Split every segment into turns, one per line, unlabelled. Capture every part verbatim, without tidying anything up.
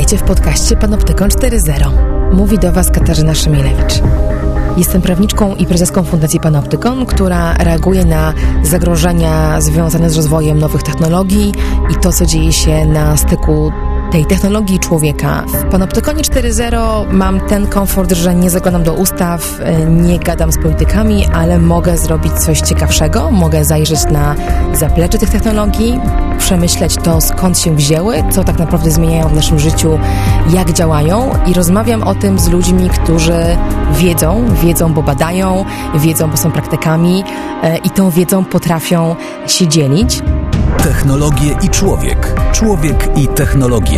Witajcie w podcaście Panoptykon cztery zero. Mówi do Was Katarzyna Szymielewicz. Jestem prawniczką i prezeską Fundacji Panoptykon, która reaguje na zagrożenia związane z rozwojem nowych technologii i to, co dzieje się na styku tej technologii i człowieka. W Panoptykonie cztery zero mam ten komfort, że nie zaglądam do ustaw, nie gadam z politykami, ale mogę zrobić coś ciekawszego, mogę zajrzeć na zaplecze tych technologii, przemyśleć to, skąd się wzięły, co tak naprawdę zmieniają w naszym życiu, jak działają i rozmawiam o tym z ludźmi, którzy wiedzą, wiedzą, bo badają, wiedzą, bo są praktykami i tą wiedzą potrafią się dzielić.
Technologie i człowiek. Człowiek i technologie.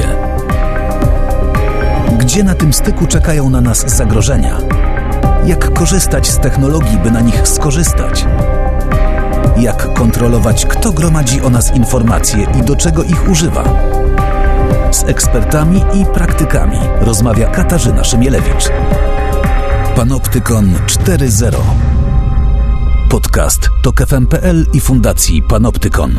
Gdzie na tym styku czekają na nas zagrożenia? Jak korzystać z technologii, by na nich skorzystać? Jak kontrolować, kto gromadzi o nas informacje i do czego ich używa? Z ekspertami i praktykami rozmawia Katarzyna Szymielewicz. Panoptykon cztery zero. Podcast Tok F M kropka P L i Fundacji Panoptykon.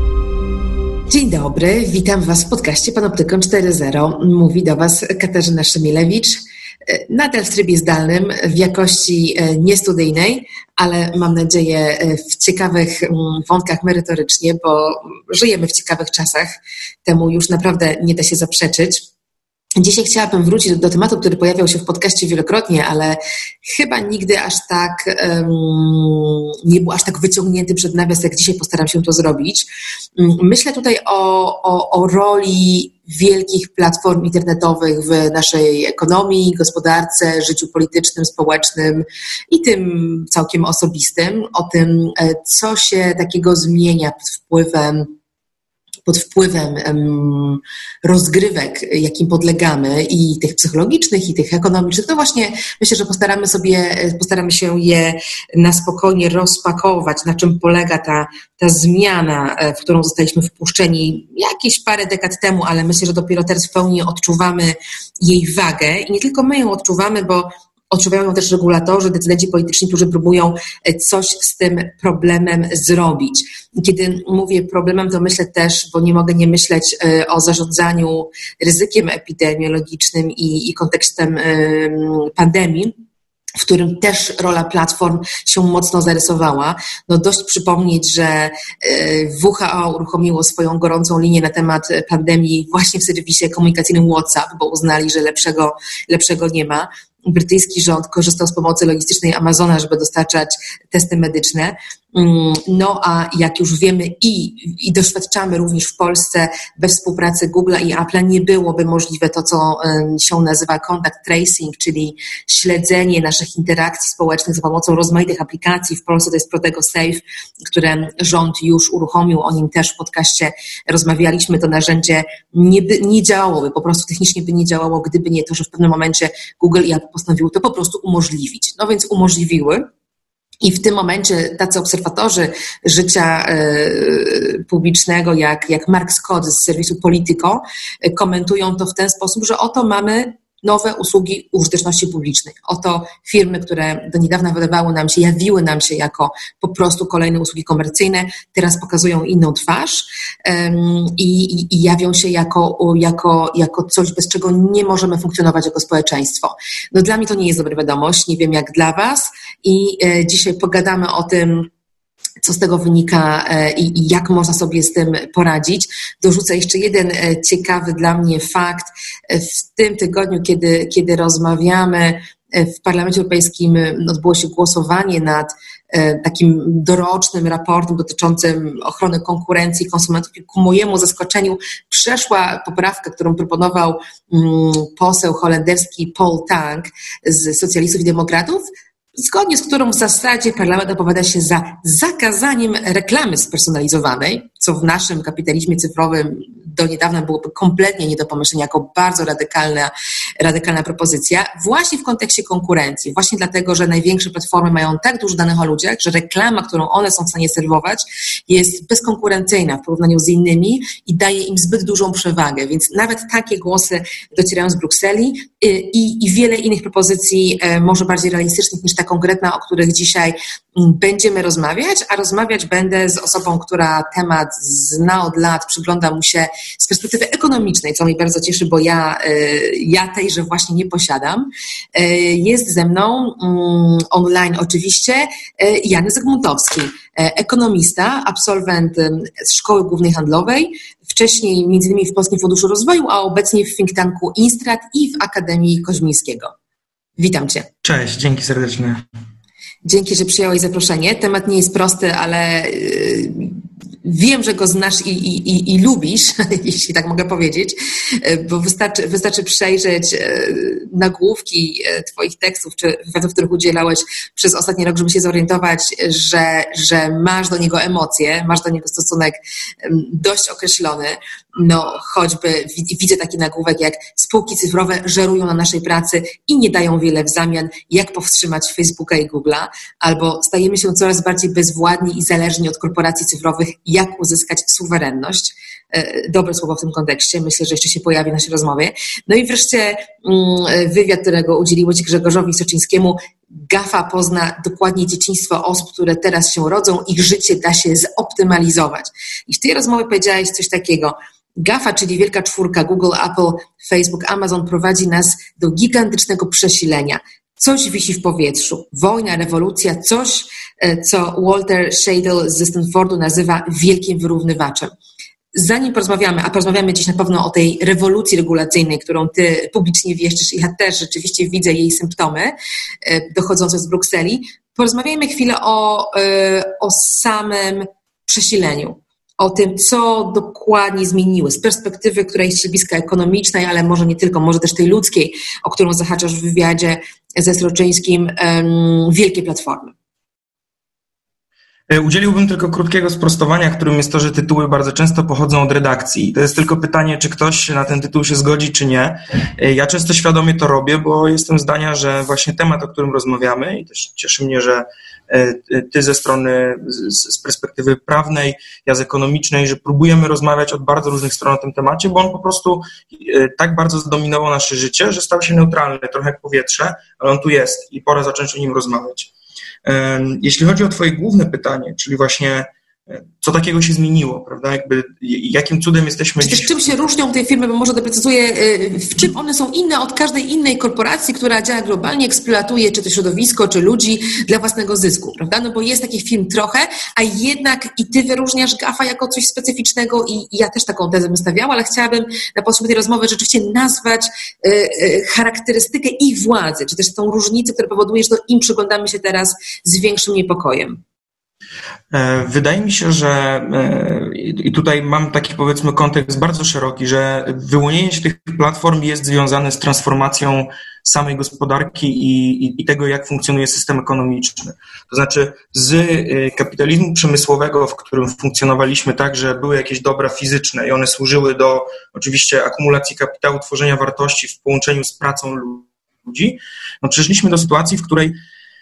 Dzień dobry, witam Was w podcaście Panoptykon cztery zero. Mówi do Was Katarzyna Szymielewicz. Nadal w trybie zdalnym, w jakości niestudyjnej, ale mam nadzieję w ciekawych wątkach merytorycznie, bo żyjemy w ciekawych czasach. Temu już naprawdę nie da się zaprzeczyć. Dzisiaj chciałabym wrócić do, do tematu, który pojawiał się w podcaście wielokrotnie, ale chyba nigdy aż tak um, nie był aż tak wyciągnięty przed nawias, jak dzisiaj postaram się to zrobić. Myślę tutaj o, o, o roli wielkich platform internetowych w naszej ekonomii, gospodarce, życiu politycznym, społecznym i tym całkiem osobistym, o tym, co się takiego zmienia pod wpływem pod wpływem um, rozgrywek, jakim podlegamy, i tych psychologicznych, i tych ekonomicznych. To właśnie myślę, że postaramy sobie, postaramy się je na spokojnie rozpakować, na czym polega ta, ta zmiana, w którą zostaliśmy wpuszczeni jakieś parę dekad temu, ale myślę, że dopiero teraz w pełni odczuwamy jej wagę i nie tylko my ją odczuwamy, bo odczuwają ją też regulatorzy, decydenci polityczni, którzy próbują coś z tym problemem zrobić. Kiedy mówię problemem, to myślę też, bo nie mogę nie myśleć o zarządzaniu ryzykiem epidemiologicznym i, i kontekstem pandemii, w którym też rola platform się mocno zarysowała. No dość przypomnieć, że W H O uruchomiło swoją gorącą linię na temat pandemii właśnie w serwisie komunikacyjnym WhatsApp, bo uznali, że lepszego, lepszego nie ma. Brytyjski rząd korzystał z pomocy logistycznej Amazona, żeby dostarczać testy medyczne. No a jak już wiemy i, i doświadczamy również w Polsce, bez współpracy Google'a i Apple'a nie byłoby możliwe to, co się nazywa contact tracing, czyli śledzenie naszych interakcji społecznych za pomocą rozmaitych aplikacji. W Polsce to jest Protego Safe, które rząd już uruchomił, o nim też w podcaście rozmawialiśmy. To narzędzie nie, by, nie działałoby, po prostu technicznie by nie działało, gdyby nie to, że w pewnym momencie Google i Apple postanowiły to po prostu umożliwić. No więc umożliwiły. I w tym momencie tacy obserwatorzy życia y, publicznego, jak, jak Mark Scott z serwisu Politico, y, komentują to w ten sposób, że oto mamy nowe usługi użyteczności publicznej. Oto firmy, które do niedawna wydawały nam się, jawiły nam się jako po prostu kolejne usługi komercyjne, teraz pokazują inną twarz um, i, i, i jawią się jako, jako, jako coś, bez czego nie możemy funkcjonować jako społeczeństwo. No dla mnie to nie jest dobra wiadomość, nie wiem jak dla Was i e, dzisiaj pogadamy o tym, co z tego wynika i, i jak można sobie z tym poradzić. Dorzucę jeszcze jeden ciekawy dla mnie fakt. W tym tygodniu, kiedy, kiedy rozmawiamy, w Parlamencie Europejskim odbyło się głosowanie nad takim dorocznym raportem dotyczącym ochrony konkurencji konsumentów. I ku mojemu zaskoczeniu przeszła poprawka, którą proponował poseł holenderski Paul Tang z Socjalistów i Demokratów, zgodnie z którą w zasadzie parlament opowiada się za zakazaniem reklamy spersonalizowanej, co w naszym kapitalizmie cyfrowym do niedawna byłoby kompletnie nie do pomyślenia, jako bardzo radykalna, radykalna propozycja, właśnie w kontekście konkurencji, właśnie dlatego, że największe platformy mają tak dużo danych o ludziach, że reklama, którą one są w stanie serwować, jest bezkonkurencyjna w porównaniu z innymi i daje im zbyt dużą przewagę, więc nawet takie głosy docierają z Brukseli i, i wiele innych propozycji, może bardziej realistycznych niż ta konkretna, o których dzisiaj będziemy rozmawiać, a rozmawiać będę z osobą, która temat zna od lat, przygląda mu się z perspektywy ekonomicznej, co mnie bardzo cieszy, bo ja, ja tejże właśnie nie posiadam. Jest ze mną online oczywiście Jan Zygmuntowski, ekonomista, absolwent Szkoły Głównej Handlowej, wcześniej między innymi w Polskim Funduszu Rozwoju, a obecnie w think tanku Instrat i w Akademii Koźmińskiego. Witam Cię.
Cześć, dzięki serdecznie.
Dzięki, że przyjąłeś zaproszenie. Temat nie jest prosty, ale wiem, że go znasz i, i, i, i lubisz, jeśli tak mogę powiedzieć, bo wystarczy, wystarczy przejrzeć nagłówki Twoich tekstów czy wywiadów, w których udzielałeś przez ostatni rok, żeby się zorientować, że, że masz do niego emocje, masz do niego stosunek dość określony. No choćby widzę taki nagłówek jak spółki cyfrowe żerują na naszej pracy i nie dają wiele w zamian, jak powstrzymać Facebooka i Google'a, albo stajemy się coraz bardziej bezwładni i zależni od korporacji cyfrowych, jak uzyskać suwerenność. Dobre słowo w tym kontekście, myślę, że jeszcze się pojawi w naszej rozmowie. No i wreszcie wywiad, którego udzieliłeś Grzegorzowi Soczyńskiemu. GAFA pozna dokładnie dzieciństwo osób, które teraz się rodzą, ich życie da się zoptymalizować. I w tej rozmowie powiedziałeś coś takiego. GAFA, czyli Wielka Czwórka, Google, Apple, Facebook, Amazon prowadzi nas do gigantycznego przesilenia. Coś wisi w powietrzu. Wojna, rewolucja, coś, co Walter Scheidel ze Stanfordu nazywa wielkim wyrównywaczem. Zanim porozmawiamy, a porozmawiamy dziś na pewno o tej rewolucji regulacyjnej, którą ty publicznie wieszczysz i ja też rzeczywiście widzę jej symptomy dochodzące z Brukseli, porozmawiajmy chwilę o, o samym przesileniu. O tym, co dokładnie zmieniły z perspektywy, która jest środowiska ekonomicznej, ale może nie tylko, może też tej ludzkiej, o którą zahaczasz w wywiadzie ze Sroczyńskim, um, wielkie platformy.
Udzieliłbym tylko krótkiego sprostowania, którym jest to, że tytuły bardzo często pochodzą od redakcji. To jest tylko pytanie, czy ktoś na ten tytuł się zgodzi, czy nie. Ja często świadomie to robię, bo jestem zdania, że właśnie temat, o którym rozmawiamy, i też cieszy mnie, że ty ze strony, z perspektywy prawnej, ja z ekonomicznej, że próbujemy rozmawiać od bardzo różnych stron o tym temacie, bo on po prostu tak bardzo zdominował nasze życie, że stał się neutralny, trochę jak powietrze, ale on tu jest i pora zacząć o nim rozmawiać. Jeśli chodzi o twoje główne pytanie, czyli właśnie co takiego się zmieniło, prawda? Jakby, jakim cudem jesteśmy
czy
dziś...
Też czym się różnią te firmy, bo może doprecyzuję, w czym one są inne od każdej innej korporacji, która działa globalnie, eksploatuje czy to środowisko, czy ludzi dla własnego zysku, prawda? No bo jest takich firm trochę, a jednak i ty wyróżniasz GAFA jako coś specyficznego i, i ja też taką tezę bym stawiała, ale chciałabym na potrzeby tej rozmowy rzeczywiście nazwać y, y, charakterystykę ich władzy, czy też tą różnicę, która powoduje, że to im przyglądamy się teraz z większym niepokojem.
Wydaje mi się, że i tutaj mam taki, powiedzmy, kontekst bardzo szeroki, że wyłonienie się tych platform jest związane z transformacją samej gospodarki i, i, i tego, jak funkcjonuje system ekonomiczny. To znaczy z kapitalizmu przemysłowego, w którym funkcjonowaliśmy tak, że były jakieś dobra fizyczne i one służyły do oczywiście akumulacji kapitału, tworzenia wartości w połączeniu z pracą ludzi, no przeszliśmy do sytuacji, w której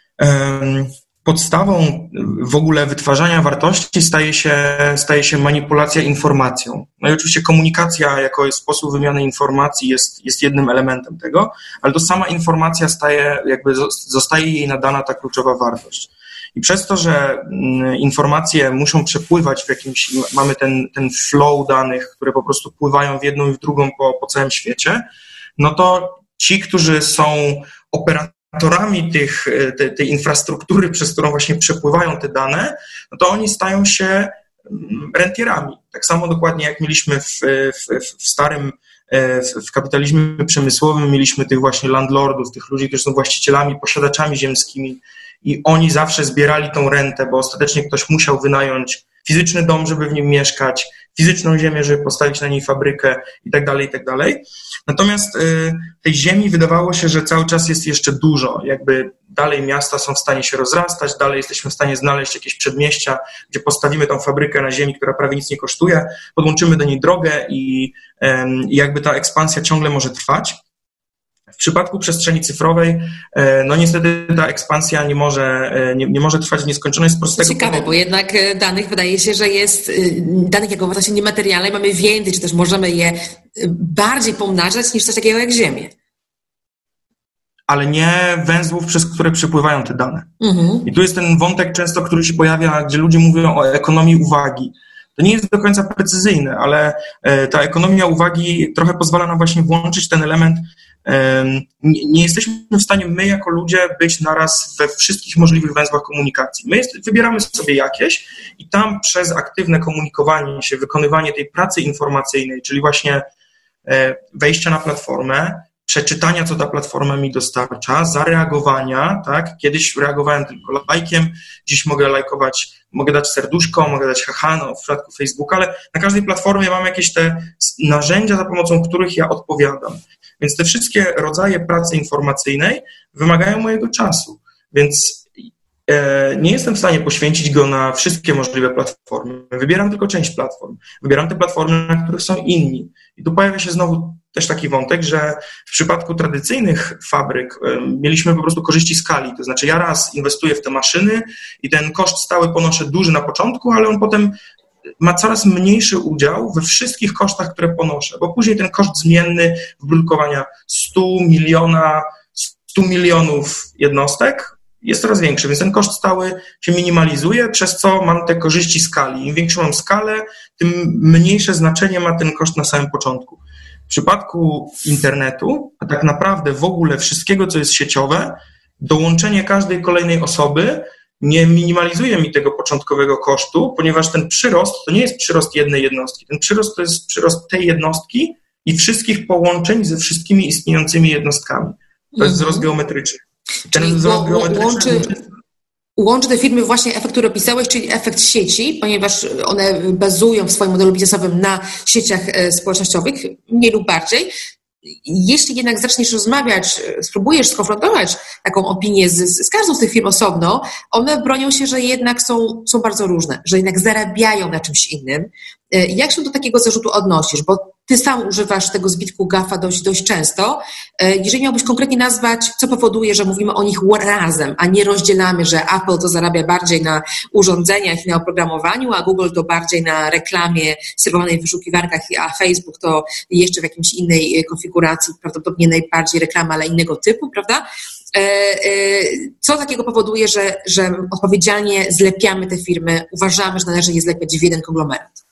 um, podstawą w ogóle wytwarzania wartości staje się, staje się manipulacja informacją. No i oczywiście komunikacja jako sposób wymiany informacji jest, jest jednym elementem tego, ale to sama informacja staje, jakby zostaje jej nadana ta kluczowa wartość. I przez to, że informacje muszą przepływać w jakimś, mamy ten, ten flow danych, które po prostu pływają w jedną i w drugą po, po całym świecie, no to ci, którzy są operatorami, Operatorami tych, tej, tej infrastruktury, przez którą właśnie przepływają te dane, no to oni stają się rentierami. Tak samo dokładnie jak mieliśmy w, w, w starym, w, w kapitalizmie przemysłowym, mieliśmy tych właśnie landlordów, tych ludzi, którzy są właścicielami, posiadaczami ziemskimi i oni zawsze zbierali tą rentę, bo ostatecznie ktoś musiał wynająć fizyczny dom, żeby w nim mieszkać, fizyczną ziemię, żeby postawić na niej fabrykę i tak dalej, i tak dalej. Natomiast y, tej ziemi wydawało się, że cały czas jest jeszcze dużo. Jakby dalej miasta są w stanie się rozrastać, dalej jesteśmy w stanie znaleźć jakieś przedmieścia, gdzie postawimy tą fabrykę na ziemi, która prawie nic nie kosztuje, podłączymy do niej drogę i y, jakby ta ekspansja ciągle może trwać. W przypadku przestrzeni cyfrowej, no niestety ta ekspansja nie może, nie, nie może trwać w nieskończoność z prostego
ciekawe, powodu. Bo jednak danych wydaje się, że jest, danych jako wartości niematerialnej mamy więcej, czy też możemy je bardziej pomnażać niż coś takiego jak Ziemię.
ale nie węzłów, przez które przepływają te dane. Mhm. I tu jest ten wątek często, który się pojawia, gdzie ludzie mówią o ekonomii uwagi. To nie jest do końca precyzyjne, ale ta ekonomia uwagi trochę pozwala nam właśnie włączyć ten element. Nie jesteśmy w stanie my jako ludzie być naraz we wszystkich możliwych węzłach komunikacji. My jest, wybieramy sobie jakieś i tam przez aktywne komunikowanie się, wykonywanie tej pracy informacyjnej, czyli właśnie wejścia na platformę, przeczytania, co ta platforma mi dostarcza, zareagowania, tak? Kiedyś reagowałem tylko lajkiem, dziś mogę lajkować, mogę dać serduszko, mogę dać haha, no w przypadku Facebooka, ale na każdej platformie mam jakieś te narzędzia, za pomocą których ja odpowiadam. Więc te wszystkie rodzaje pracy informacyjnej wymagają mojego czasu, więc e, nie jestem w stanie poświęcić go na wszystkie możliwe platformy. Wybieram tylko część platform. Wybieram te platformy, na których są inni. I tu pojawia się znowu też taki wątek, że w przypadku tradycyjnych fabryk e, mieliśmy po prostu korzyści skali. To znaczy ja raz inwestuję w te maszyny i ten koszt stały ponoszę duży na początku, ale on potem ma coraz mniejszy udział we wszystkich kosztach, które ponoszę, bo później ten koszt zmienny wyprodukowania stu miliona, stu milionów jednostek jest coraz większy, więc ten koszt stały się minimalizuje, przez co mam te korzyści skali. Im większą mam skalę, tym mniejsze znaczenie ma ten koszt na samym początku. W przypadku internetu, a tak naprawdę w ogóle wszystkiego, co jest sieciowe, dołączenie każdej kolejnej osoby nie minimalizuje mi tego początkowego kosztu, ponieważ ten przyrost to nie jest przyrost jednej jednostki. Ten przyrost to jest przyrost tej jednostki i wszystkich połączeń ze wszystkimi istniejącymi jednostkami. To jest wzrost geometryczny. Ten
Czyli
wzrost geometryczny
łączy, łączy te firmy właśnie efekt, który opisałeś, czyli efekt sieci, ponieważ one bazują w swoim modelu biznesowym na sieciach społecznościowych, mniej lub bardziej. Jeśli jednak zaczniesz rozmawiać, spróbujesz skonfrontować taką opinię z, z każdą z tych firm osobno, one bronią się, że jednak są, są bardzo różne, że jednak zarabiają na czymś innym. Jak się do takiego zarzutu odnosisz? Bo ty sam używasz tego zbitku gafa dość, dość często. Jeżeli miałbyś konkretnie nazwać, co powoduje, że mówimy o nich razem, a nie rozdzielamy, że Apple to zarabia bardziej na urządzeniach i na oprogramowaniu, a Google to bardziej na reklamie serwowanej w wyszukiwarkach, a Facebook to jeszcze w jakiejś innej konfiguracji, prawdopodobnie najbardziej reklama, ale innego typu, prawda? Co takiego powoduje, że, że odpowiedzialnie zlepiamy te firmy, uważamy, że należy je zlepiać w jeden konglomerat?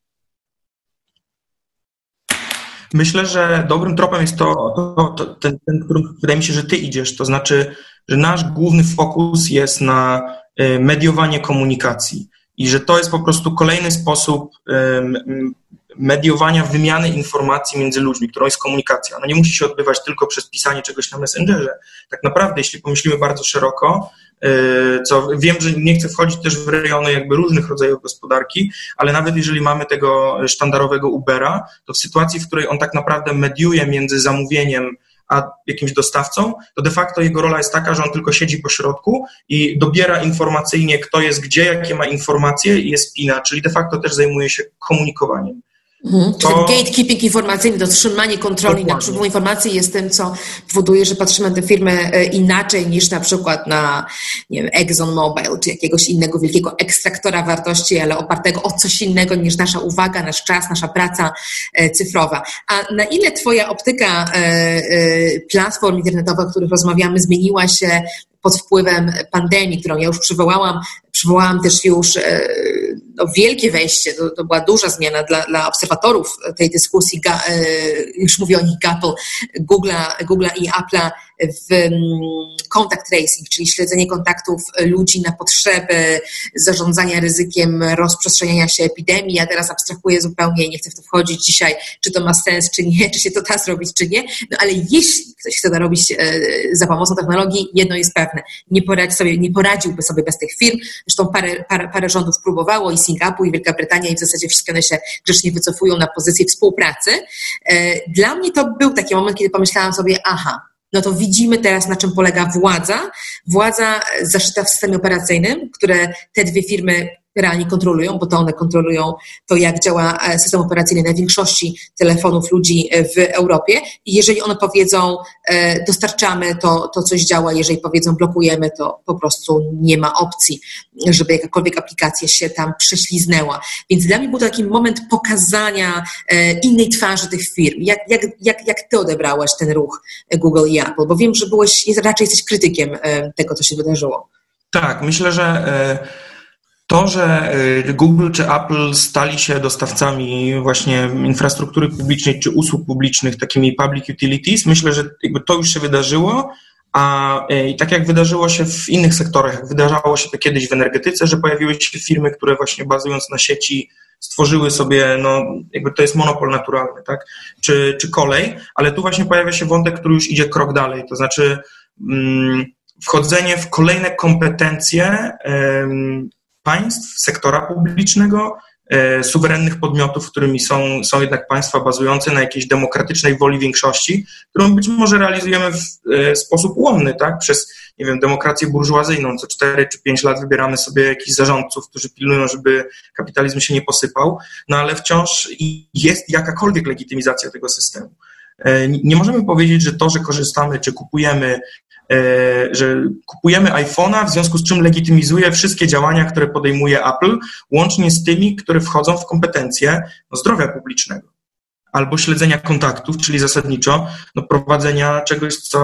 Myślę, że dobrym tropem jest to, to, to ten, ten, którym wydaje mi się, że ty idziesz, to znaczy, że nasz główny fokus jest na mediowanie komunikacji i że to jest po prostu kolejny sposób mediowania wymiany informacji między ludźmi, którą jest komunikacja. Ona nie musi się odbywać tylko przez pisanie czegoś na Messengerze. Tak naprawdę, jeśli pomyślimy bardzo szeroko, co wiem, że nie chcę wchodzić też w rejony jakby różnych rodzajów gospodarki, ale nawet jeżeli mamy tego sztandarowego Ubera, to w sytuacji, w której on tak naprawdę mediuje między zamówieniem a jakimś dostawcą, to de facto jego rola jest taka, że on tylko siedzi po środku i dobiera informacyjnie, kto jest gdzie, jakie ma informacje i je spina, czyli de facto też zajmuje się komunikowaniem.
Mhm. To... Czyli gatekeeping informacyjny, dotrzymanie kontroli Dokładnie. nad przepływem informacji jest tym, co powoduje, że patrzymy na te firmy inaczej niż na przykład na, nie wiem, ExxonMobil czy jakiegoś innego wielkiego ekstraktora wartości, ale opartego o coś innego niż nasza uwaga, nasz czas, nasza praca cyfrowa. A na ile twoja optyka platform internetowych, o których rozmawiamy, zmieniła się pod wpływem pandemii, którą ja już przywołałam, przywołałam też już no, wielkie wejście, to, to była duża zmiana dla, dla obserwatorów tej dyskusji, już mówię o nich Apple, Google'a, Google'a i Apple'a w contact tracing, czyli śledzenie kontaktów ludzi na potrzeby zarządzania ryzykiem rozprzestrzeniania się epidemii. Ja teraz abstrahuję zupełnie, nie chcę w to wchodzić dzisiaj, czy to ma sens, czy nie, czy się to da zrobić, czy nie, no ale jeśli ktoś chce to robić za pomocą technologii, jedno jest pewne, nie, poradzi sobie, nie poradziłby sobie bez tych firm. Zresztą parę, parę, parę rządów próbowało i Singapur, i Wielka Brytania, i w zasadzie wszystkie one się grzecznie wycofują na pozycję współpracy. Dla mnie to był taki moment, kiedy pomyślałam sobie, aha, no to widzimy teraz, na czym polega władza. Władza zaszyta w systemie operacyjnym, które te dwie firmy realnie kontrolują, bo to one kontrolują to, jak działa system operacyjny na większości telefonów ludzi w Europie. I jeżeli one powiedzą, dostarczamy, to, to coś działa. Jeżeli powiedzą, blokujemy, to po prostu nie ma opcji, żeby jakakolwiek aplikacja się tam prześliznęła. Więc dla mnie był to taki moment pokazania innej twarzy tych firm. Jak, jak, jak, jak ty odebrałeś ten ruch Google i Apple? Bo wiem, że byłeś, raczej jesteś krytykiem tego, co się wydarzyło.
Tak, myślę, że to, że Google czy Apple stali się dostawcami właśnie infrastruktury publicznej czy usług publicznych, takimi public utilities, myślę, że jakby to już się wydarzyło, a i tak jak wydarzyło się w innych sektorach, jak wydarzało się to kiedyś w energetyce, że pojawiły się firmy, które właśnie bazując na sieci stworzyły sobie, no jakby to jest monopol naturalny, tak, czy, czy kolej, ale tu właśnie pojawia się wątek, który już idzie krok dalej, to znaczy mm, wchodzenie w kolejne kompetencje ym, państw, sektora publicznego, e, suwerennych podmiotów, którymi są, są jednak państwa bazujące na jakiejś demokratycznej woli większości, którą być może realizujemy w e, sposób ułomny, tak? Przez, nie wiem, demokrację burżuazyjną. Co cztery czy pięć lat wybieramy sobie jakichś zarządców, którzy pilnują, żeby kapitalizm się nie posypał, no ale wciąż jest jakakolwiek legitymizacja tego systemu. E, nie możemy powiedzieć, że to, że korzystamy czy kupujemy że kupujemy iPhone'a, w związku z czym legitymizuje wszystkie działania, które podejmuje Apple, łącznie z tymi, które wchodzą w kompetencje no, zdrowia publicznego albo śledzenia kontaktów, czyli zasadniczo no, prowadzenia czegoś, co,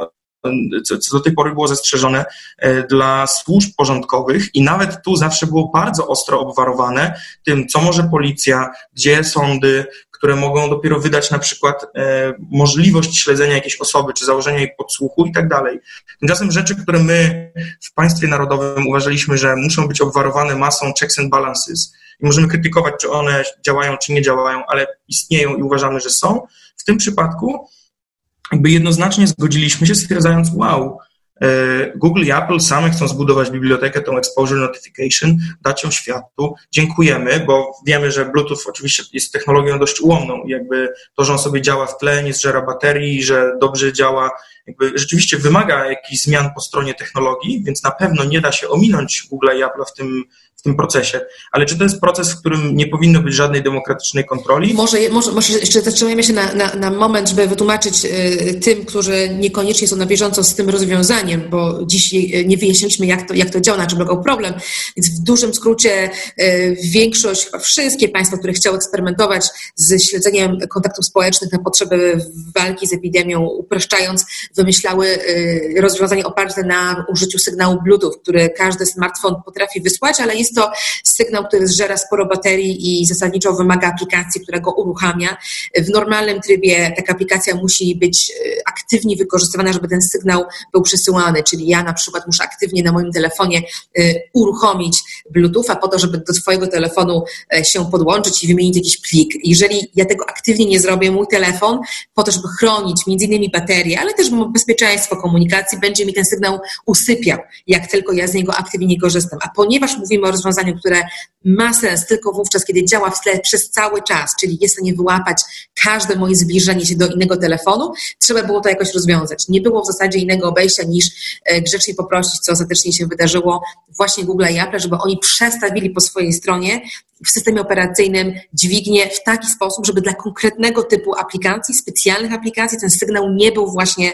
co, co do tej pory było zastrzeżone dla służb porządkowych i nawet tu zawsze było bardzo ostro obwarowane tym, co może policja, gdzie sądy, które mogą dopiero wydać na przykład e, możliwość śledzenia jakiejś osoby, czy założenia jej podsłuchu i tak dalej. Tymczasem rzeczy, które my w państwie narodowym uważaliśmy, że muszą być obwarowane masą checks and balances i możemy krytykować, czy one działają, czy nie działają, ale istnieją i uważamy, że są. W tym przypadku jakby jednoznacznie zgodziliśmy się, stwierdzając, wow, Google i Apple same chcą zbudować bibliotekę, tą Exposure Notification, dać ją światu. Dziękujemy, bo wiemy, że Bluetooth oczywiście jest technologią dość ułomną i jakby to, że on sobie działa w tle, nie zżera baterii, że dobrze działa, jakby rzeczywiście wymaga jakichś zmian po stronie technologii, więc na pewno nie da się ominąć Google i Apple w tym, w tym procesie. Ale czy to jest proces, w którym nie powinno być żadnej demokratycznej kontroli?
Może, może, może jeszcze zatrzymajmy się na, na, na moment, żeby wytłumaczyć y, tym, którzy niekoniecznie są na bieżąco z tym rozwiązaniem, bo dziś nie wyjaśniliśmy, jak to, jak to działa, na czym polegał problem. Więc w dużym skrócie y, większość, chyba wszystkie państwa, które chciały eksperymentować z śledzeniem kontaktów społecznych na potrzeby walki z epidemią, upraszczając, wymyślały y, rozwiązanie oparte na użyciu sygnału Bluetooth, który każdy smartfon potrafi wysłać, ale jest to sygnał, który zżera sporo baterii i zasadniczo wymaga aplikacji, która go uruchamia. W normalnym trybie taka aplikacja musi być aktywnie wykorzystywana, żeby ten sygnał był przesyłany, czyli ja na przykład muszę aktywnie na moim telefonie uruchomić Bluetootha po to, żeby do swojego telefonu się podłączyć i wymienić jakiś plik. Jeżeli ja tego aktywnie nie zrobię, mój telefon po to, żeby chronić między innymi baterię, ale też bezpieczeństwo komunikacji, będzie mi ten sygnał usypiał, jak tylko ja z niego aktywnie nie korzystam. A ponieważ mówimy o rozwiązaniu, które ma sens tylko wówczas, kiedy działa w tle przez cały czas, czyli jest w stanie wyłapać każde moje zbliżenie się do innego telefonu, trzeba było to jakoś rozwiązać. Nie było w zasadzie innego obejścia niż grzecznie poprosić, co ostatecznie się wydarzyło właśnie Google i Apple, żeby oni przestawili po swojej stronie w systemie operacyjnym dźwignię w taki sposób, żeby dla konkretnego typu aplikacji, specjalnych aplikacji, ten sygnał nie był właśnie,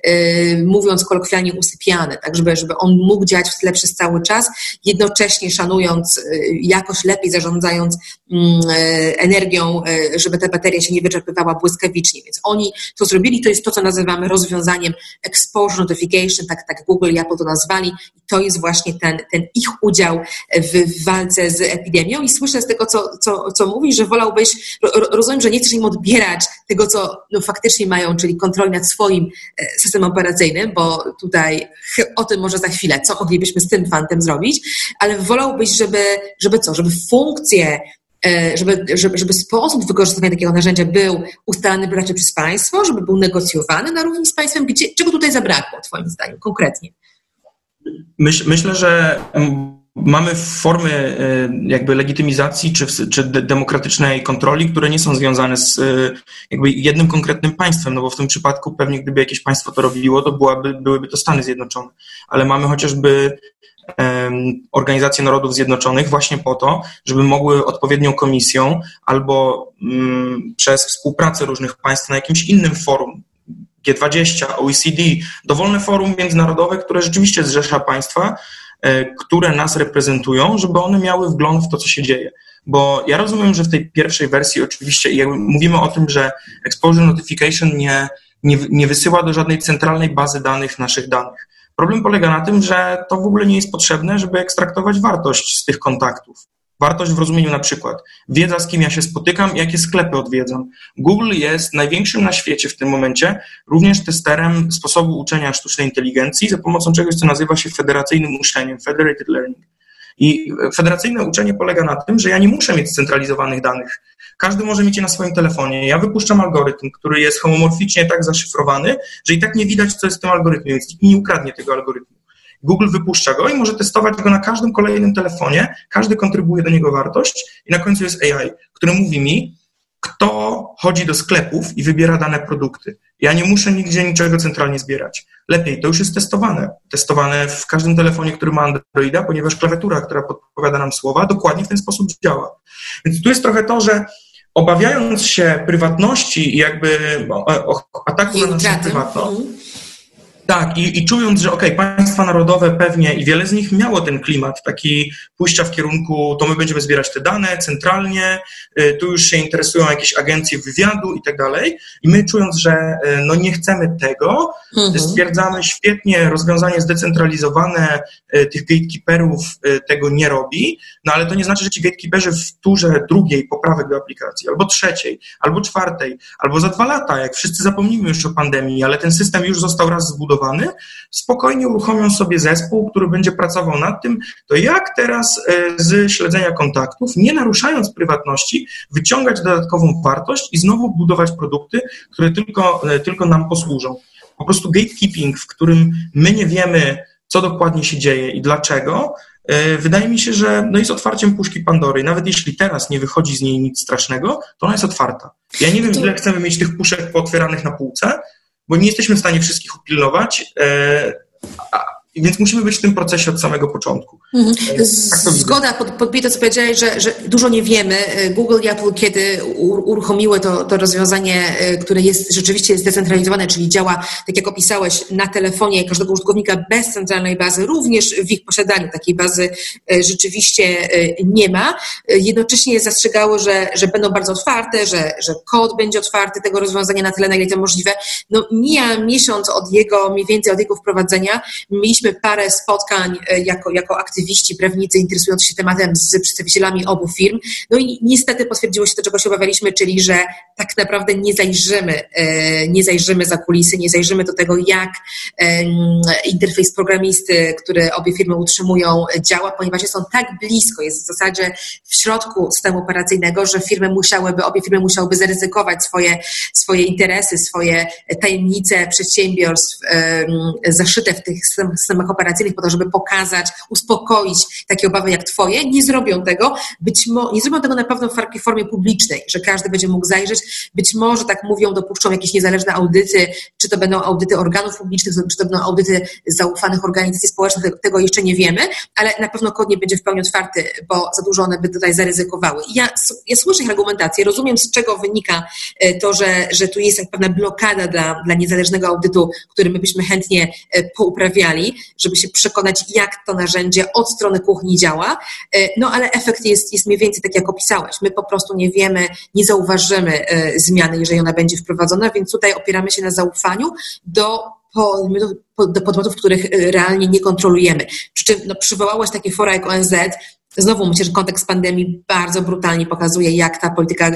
yy, mówiąc kolokwialnie, usypiany, tak, żeby, żeby on mógł działać w tle przez cały czas, jednocześnie szanując yy, jakoś lepiej, zarządzając yy, energią, yy, żeby ta bateria się nie wyczerpywała błyskawicznie. Więc oni to zrobili, to jest to, co nazywamy rozwiązaniem Exposure Notification, tak, tak Google i Apple to nazwali, i to jest właśnie ten, ten ich udział w, w walce z epidemią. I słyszę z tego, co, co, co mówisz, że wolałbyś, rozumiem, że nie chcesz im odbierać tego, co no, faktycznie mają, czyli kontroli nad swoim systemem operacyjnym, bo tutaj o tym może za chwilę, co moglibyśmy z tym fantem zrobić, ale wolałbyś, żeby, żeby co, żeby funkcje, żeby, żeby, żeby sposób wykorzystywania takiego narzędzia był ustalany raczej przez państwo, żeby był negocjowany na równi z państwem. Gdzie, czego tutaj zabrakło, twoim zdaniem, konkretnie?
Myśl, myślę, że mamy formy jakby legitymizacji czy, czy demokratycznej kontroli, które nie są związane z jakby jednym konkretnym państwem, no bo w tym przypadku pewnie gdyby jakieś państwo to robiło, to byłaby, byłyby to Stany Zjednoczone, ale mamy chociażby Organizacje Narodów Zjednoczonych właśnie po to, żeby mogły odpowiednią komisją albo mm, przez współpracę różnych państw na jakimś innym forum, G dwadzieścia, O E C D, dowolne forum międzynarodowe, które rzeczywiście zrzesza państwa, które nas reprezentują, żeby one miały wgląd w to, co się dzieje. Bo ja rozumiem, że w tej pierwszej wersji oczywiście jakby mówimy o tym, że Exposure Notification nie, nie, nie wysyła do żadnej centralnej bazy danych naszych danych. Problem polega na tym, że to w ogóle nie jest potrzebne, żeby ekstraktować wartość z tych kontaktów. Wartość w rozumieniu na przykład wiedza, z kim ja się spotykam, jakie sklepy odwiedzam. Google jest największym na świecie w tym momencie również testerem sposobu uczenia sztucznej inteligencji za pomocą czegoś, co nazywa się federacyjnym uczeniem, federated learning. I federacyjne uczenie polega na tym, że ja nie muszę mieć scentralizowanych danych. Każdy może mieć je na swoim telefonie. Ja wypuszczam algorytm, który jest homomorficznie tak zaszyfrowany, że i tak nie widać, co jest w tym algorytmie, więc nikt nie ukradnie tego algorytmu. Google wypuszcza go i może testować go na każdym kolejnym telefonie, każdy kontrybuje do niego wartość i na końcu jest A I, który mówi mi, kto chodzi do sklepów i wybiera dane produkty. Ja nie muszę nigdzie niczego centralnie zbierać. Lepiej, to już jest testowane. Testowane w każdym telefonie, który ma Androida, ponieważ klawiatura, która podpowiada nam słowa, dokładnie w ten sposób działa. Więc tu jest trochę to, że obawiając się prywatności i jakby ataku na naszą prywatność, tak, i, i czując, że okej, okay, państwa narodowe pewnie i wiele z nich miało ten klimat, taki pójścia w kierunku, to my będziemy zbierać te dane centralnie, y, tu już się interesują jakieś agencje wywiadu i tak dalej. I my czując, że y, no nie chcemy tego, mhm. stwierdzamy świetnie rozwiązanie zdecentralizowane y, tych gatekeeperów y, tego nie robi, no ale to nie znaczy, że ci gatekeeperzy w turze drugiej poprawek do aplikacji, albo trzeciej, albo czwartej, albo za dwa lata, jak wszyscy zapomnimy już o pandemii, ale ten system już został raz zbudowany, spokojnie uruchomią sobie zespół, który będzie pracował nad tym, to jak teraz z śledzenia kontaktów, nie naruszając prywatności, wyciągać dodatkową wartość i znowu budować produkty, które tylko, tylko nam posłużą. Po prostu gatekeeping, w którym my nie wiemy, co dokładnie się dzieje i dlaczego, wydaje mi się, że no jest otwarciem puszki Pandory. Nawet jeśli teraz nie wychodzi z niej nic strasznego, to ona jest otwarta. Ja nie wiem, ile chcemy mieć tych puszek pootwieranych na półce, bo nie jesteśmy w stanie wszystkich upilnować, e, a, więc musimy być w tym procesie od samego początku.
Mhm. Tak Zgoda, pod, podbiję to, co powiedziałeś, że, że dużo nie wiemy. Google i Apple, kiedy uruchomiły to, to rozwiązanie, które jest rzeczywiście jest zdecentralizowane, czyli działa, tak jak opisałeś, na telefonie każdego użytkownika bez centralnej bazy, również w ich posiadaniu takiej bazy rzeczywiście nie ma. Jednocześnie zastrzegały, że, że będą bardzo otwarte, że, że kod będzie otwarty tego rozwiązania na tyle, na ile to możliwe. No mija miesiąc od jego, mniej więcej od jego wprowadzenia. Mieliśmy parę spotkań jako, jako aktywiści, prawnicy interesujący się tematem z przedstawicielami obu firm. No i niestety potwierdziło się to, czego się obawialiśmy, czyli że tak naprawdę nie zajrzymy, nie zajrzymy za kulisy, nie zajrzymy do tego, jak interfejs programisty, który obie firmy utrzymują, działa, ponieważ jest on tak blisko, jest w zasadzie w środku systemu operacyjnego, że firmy musiałyby, obie firmy musiałyby zaryzykować swoje, swoje interesy, swoje tajemnice przedsiębiorstw zaszyte w tych systemach operacyjnych po to, żeby pokazać, uspokoić takie obawy jak twoje. Nie zrobią tego, być mo- nie zrobią tego na pewno w takiej formie publicznej, że każdy będzie mógł zajrzeć. Być może, tak mówią, dopuszczą jakieś niezależne audyty, czy to będą audyty organów publicznych, czy to będą audyty zaufanych organizacji społecznych, tego jeszcze nie wiemy, ale na pewno kod nie będzie w pełni otwarty, bo za dużo one by tutaj zaryzykowały. Ja, ja słyszę ich argumentację, rozumiem, z czego wynika to, że, że tu jest pewna blokada dla, dla niezależnego audytu, który my byśmy chętnie pouprawiali, żeby się przekonać, jak to narzędzie od strony kuchni działa, no ale efekt jest, jest mniej więcej tak, jak opisałeś. My po prostu nie wiemy, nie zauważymy zmiany, jeżeli ona będzie wprowadzona, więc tutaj opieramy się na zaufaniu do do podmiotów, których realnie nie kontrolujemy. Przy czym no, przywołałeś takie fora jak O N Z. Znowu myślę, że kontekst pandemii bardzo brutalnie pokazuje, jak ta polityka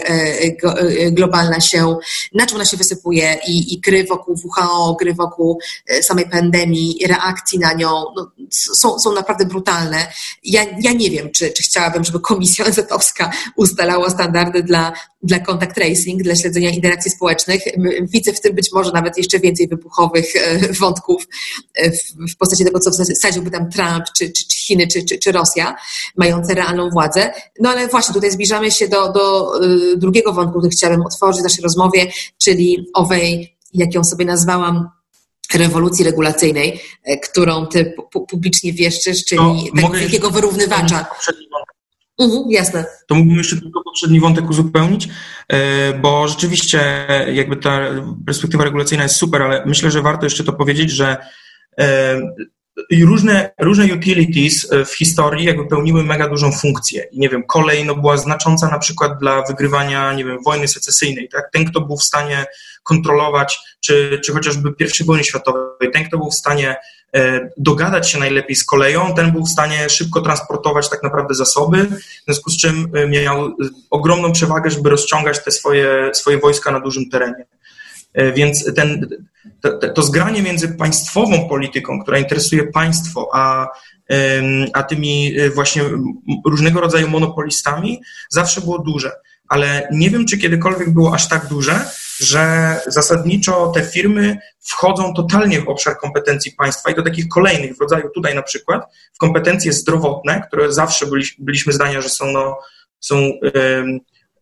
globalna się, na czym ona się wysypuje i, i gry wokół W H O, gry wokół samej pandemii, reakcji na nią no, są, są naprawdę brutalne. Ja, ja nie wiem, czy, czy chciałabym, żeby Komisja O N Z-owska ustalała standardy dla, dla contact tracing, dla śledzenia interakcji społecznych. Widzę w tym być może nawet jeszcze więcej wybuchowych wątków w, w postaci tego, co wsadziłby tam Trump, czy, czy, czy Chiny, czy, czy, czy Rosja, mające realną władzę. No ale właśnie tutaj zbliżamy się do, do y, drugiego wątku, który chciałabym otworzyć w naszej rozmowie, czyli owej, jak ją sobie nazwałam, rewolucji regulacyjnej, którą ty publicznie wieszczysz, czyli no, tego wielkiego wyrównywacza. Mhm, jasne.
To mógłbym jeszcze tylko poprzedni wątek uzupełnić, bo rzeczywiście jakby ta perspektywa regulacyjna jest super, ale myślę, że warto jeszcze to powiedzieć, że różne, różne utilities w historii jakby pełniły mega dużą funkcję. I nie wiem, kolej no, była znacząca na przykład dla wygrywania, nie wiem, wojny secesyjnej, tak? Ten, kto był w stanie kontrolować, czy, czy chociażby pierwszej wojny światowej, ten, kto był w stanie e, dogadać się najlepiej z koleją, ten był w stanie szybko transportować tak naprawdę zasoby, w związku z czym miał ogromną przewagę, żeby rozciągać te swoje, swoje wojska na dużym terenie. E, więc ten, to, to zgranie między państwową polityką, która interesuje państwo, a a tymi właśnie różnego rodzaju monopolistami zawsze było duże. Ale nie wiem, czy kiedykolwiek było aż tak duże, że zasadniczo te firmy wchodzą totalnie w obszar kompetencji państwa i do takich kolejnych w rodzaju tutaj na przykład w kompetencje zdrowotne, które zawsze byli, byliśmy zdania, że są, no, są, um,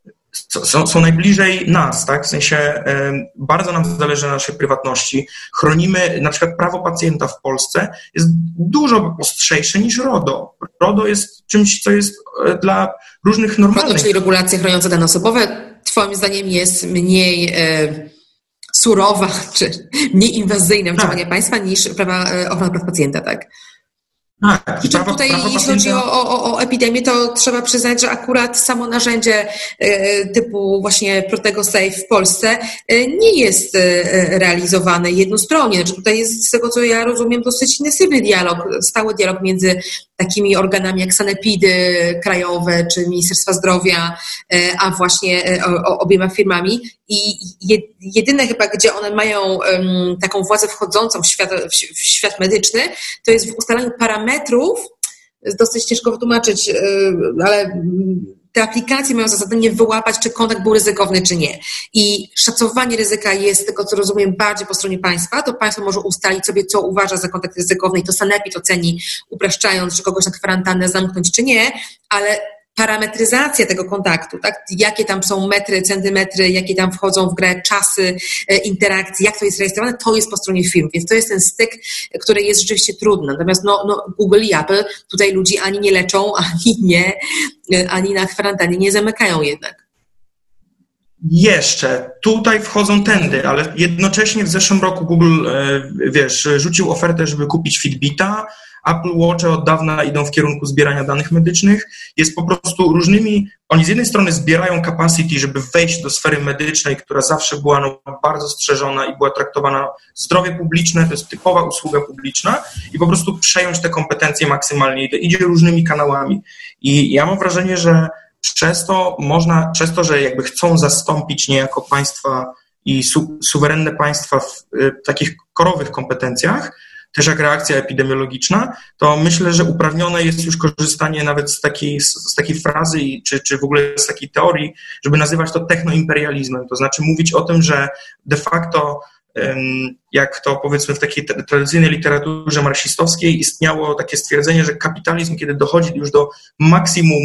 są, są najbliżej nas, tak? W sensie um, bardzo nam zależy na naszej prywatności. Chronimy, na przykład prawo pacjenta w Polsce jest dużo ostrzejsze niż RODO. RODO jest czymś, co jest dla różnych normalnych...
RODO, czyli regulacje chroniące dane osobowe, twoim zdaniem jest mniej e, surowa, czy mniej inwazyjna w działanie tak. państwa niż prawa, e, ochrona praw pacjenta, tak?
Tak,
I prawa, tutaj, prawa jeśli chodzi o, o, o epidemię, to trzeba przyznać, że akurat samo narzędzie e, typu właśnie Protego Safe w Polsce e, nie jest e, realizowane jednostronnie. Znaczy tutaj jest, z tego co ja rozumiem, dosyć intensywny dialog, stały dialog między takimi organami jak sanepidy krajowe czy Ministerstwa Zdrowia, e, a właśnie e, o, obiema firmami. I jedyne chyba, gdzie one mają um, taką władzę wchodzącą w świat, w, w świat medyczny, to jest w ustalaniu parametrów, jest dosyć ciężko wytłumaczyć, yy, ale te aplikacje mają za zadanie wyłapać, czy kontakt był ryzykowny, czy nie. I szacowanie ryzyka jest, tego co rozumiem, bardziej po stronie państwa. To państwo może ustalić sobie, co uważa za kontakt ryzykowny i to sanepid oceni, upraszczając, czy kogoś na kwarantannę zamknąć, czy nie, ale parametryzacja tego kontaktu, tak? Jakie tam są metry, centymetry, jakie tam wchodzą w grę czasy interakcji, jak to jest rejestrowane, to jest po stronie firm, więc to jest ten styk, który jest rzeczywiście trudny. Natomiast no, no, Google i Apple tutaj ludzi ani nie leczą, ani nie, ani na kwarantannie nie zamykają jednak.
Jeszcze. Tutaj wchodzą tędy, ale jednocześnie w zeszłym roku Google, wiesz, rzucił ofertę, żeby kupić Fitbita. Apple Watche od dawna idą w kierunku zbierania danych medycznych. Jest po prostu różnymi... Oni z jednej strony zbierają capacity, żeby wejść do sfery medycznej, która zawsze była no, bardzo strzeżona i była traktowana zdrowie publiczne, to jest typowa usługa publiczna i po prostu przejąć te kompetencje maksymalnie. I to idzie różnymi kanałami. I ja mam wrażenie, że przez to można, przez to, że jakby chcą zastąpić niejako państwa i su, suwerenne państwa w y, takich korowych kompetencjach, też jak reakcja epidemiologiczna, to myślę, że uprawnione jest już korzystanie nawet z takiej, z takiej frazy czy, czy w ogóle z takiej teorii, żeby nazywać to technoimperializmem. To znaczy mówić o tym, że de facto jak to powiedzmy w takiej tradycyjnej literaturze marksistowskiej istniało takie stwierdzenie, że kapitalizm, kiedy dochodzi już do maksimum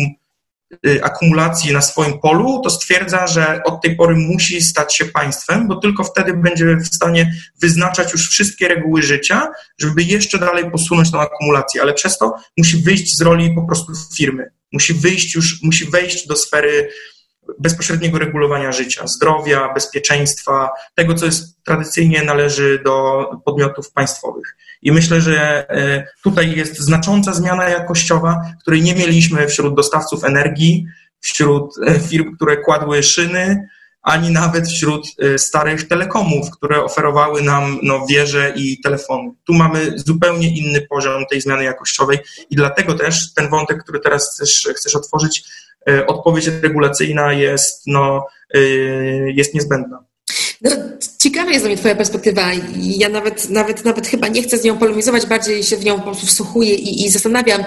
akumulacji na swoim polu, to stwierdza, że od tej pory musi stać się państwem, bo tylko wtedy będzie w stanie wyznaczać już wszystkie reguły życia, żeby jeszcze dalej posunąć tą akumulację, ale przez to musi wyjść z roli po prostu firmy. Musi wyjść już, musi wejść do sfery bezpośredniego regulowania życia, zdrowia, bezpieczeństwa, tego, co jest tradycyjnie należy do podmiotów państwowych. I myślę, że tutaj jest znacząca zmiana jakościowa, której nie mieliśmy wśród dostawców energii, wśród firm, które kładły szyny, ani nawet wśród starych telekomów, które oferowały nam no, wieże i telefony. Tu mamy zupełnie inny poziom tej zmiany jakościowej i dlatego też ten wątek, który teraz chcesz, chcesz otworzyć, odpowiedź regulacyjna jest, no, jest niezbędna.
No, ciekawa jest dla mnie twoja perspektywa. Ja nawet, nawet, nawet chyba nie chcę z nią polemizować, bardziej się w nią po prostu wsłuchuję i, i zastanawiam.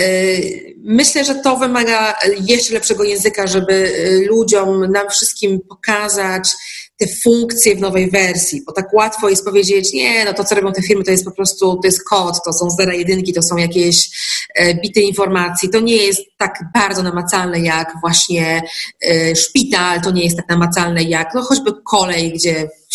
Myślę, że to wymaga jeszcze lepszego języka, żeby ludziom, nam wszystkim pokazać te funkcje w nowej wersji, bo tak łatwo jest powiedzieć, nie, no to co robią te firmy, to jest po prostu, to jest kod, to są zera jedynki, to są jakieś bity informacji, to nie jest tak bardzo namacalne jak właśnie szpital, to nie jest tak namacalne jak no choćby kolej, gdzie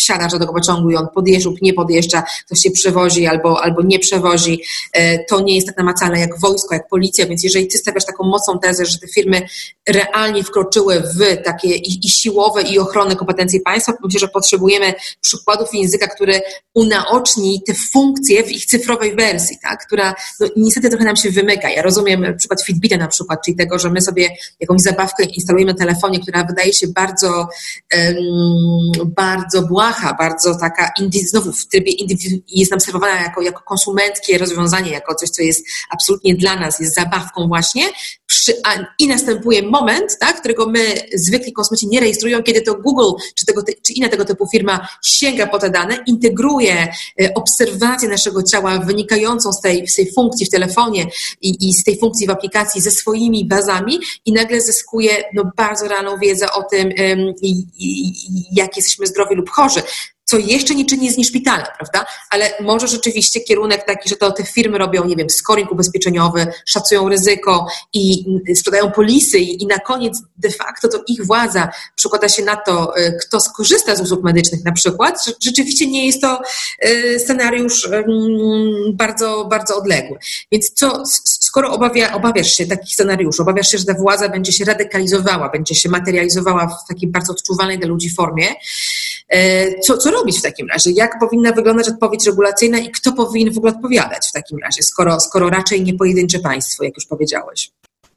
wsiadasz do tego pociągu i on podjeżdża lub nie podjeżdża, ktoś się przewozi albo, albo nie przewozi. To nie jest tak namacalne jak wojsko, jak policja, więc jeżeli ty stawiasz taką mocną tezę, że te firmy realnie wkroczyły w takie i, i siłowe, i ochronne kompetencje państwa, to myślę, że potrzebujemy przykładów języka, który unaoczni te funkcje w ich cyfrowej wersji, tak? Która no, niestety trochę nam się wymyka. Ja rozumiem przykład Fitbita na przykład, czyli tego, że my sobie jakąś zabawkę instalujemy na telefonie, która wydaje się bardzo, um, bardzo błaha, bardzo taka, znowu w trybie jest nam serwowana jako, jako konsumenckie rozwiązanie, jako coś, co jest absolutnie dla nas, jest zabawką właśnie, przy, a, i następuje moment, tak, którego my zwykli konsumenci nie rejestrują, kiedy to Google czy, tego, czy inna tego typu firma sięga po te dane, integruje obserwację naszego ciała wynikającą z tej, z tej funkcji w telefonie i, i z tej funkcji w aplikacji ze swoimi bazami i nagle zyskuje no, bardzo realną wiedzę o tym, um, i, i, jak jesteśmy zdrowi lub chorzy. Co jeszcze niczym nie jest nieszpitalne, prawda? Ale może rzeczywiście kierunek taki, że to te firmy robią, nie wiem, scoring ubezpieczeniowy, szacują ryzyko i sprzedają polisy i, i na koniec de facto to ich władza przekłada się na to, kto skorzysta z usług medycznych na przykład. Rzeczywiście nie jest to scenariusz bardzo, bardzo odległy. Więc co, skoro obawia, obawiasz się takich scenariuszy, obawiasz się, że ta władza będzie się radykalizowała, będzie się materializowała w takiej bardzo odczuwalnej dla ludzi formie, co, co robić w takim razie? Jak powinna wyglądać odpowiedź regulacyjna i kto powinien w ogóle odpowiadać w takim razie, skoro, skoro raczej nie pojedyncze państwo, jak już powiedziałeś?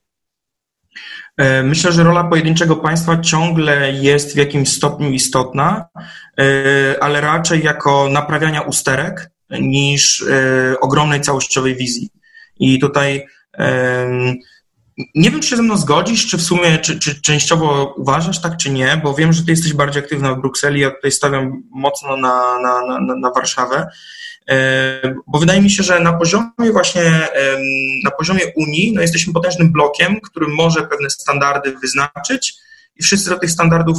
Myślę, że rola pojedynczego państwa ciągle jest w jakimś stopniu istotna, ale raczej jako naprawiania usterek niż ogromnej całościowej wizji. I tutaj nie wiem, czy się ze mną zgodzisz, czy w sumie, czy, czy częściowo uważasz tak, czy nie, bo wiem, że ty jesteś bardziej aktywna w Brukseli, ja tutaj stawiam mocno na, na, na, na Warszawę, bo wydaje mi się, że na poziomie właśnie, na poziomie Unii, no jesteśmy potężnym blokiem, który może pewne standardy wyznaczyć i wszyscy do tych standardów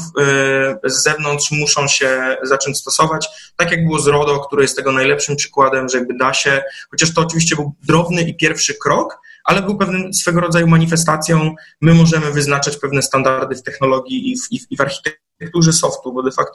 z zewnątrz muszą się zacząć stosować, tak jak było z RODO, które jest tego najlepszym przykładem, że jakby da się, chociaż to oczywiście był drobny i pierwszy krok, ale był pewnym swego rodzaju manifestacją, my możemy wyznaczać pewne standardy w technologii i w, i w, i w architekturze softu, bo de facto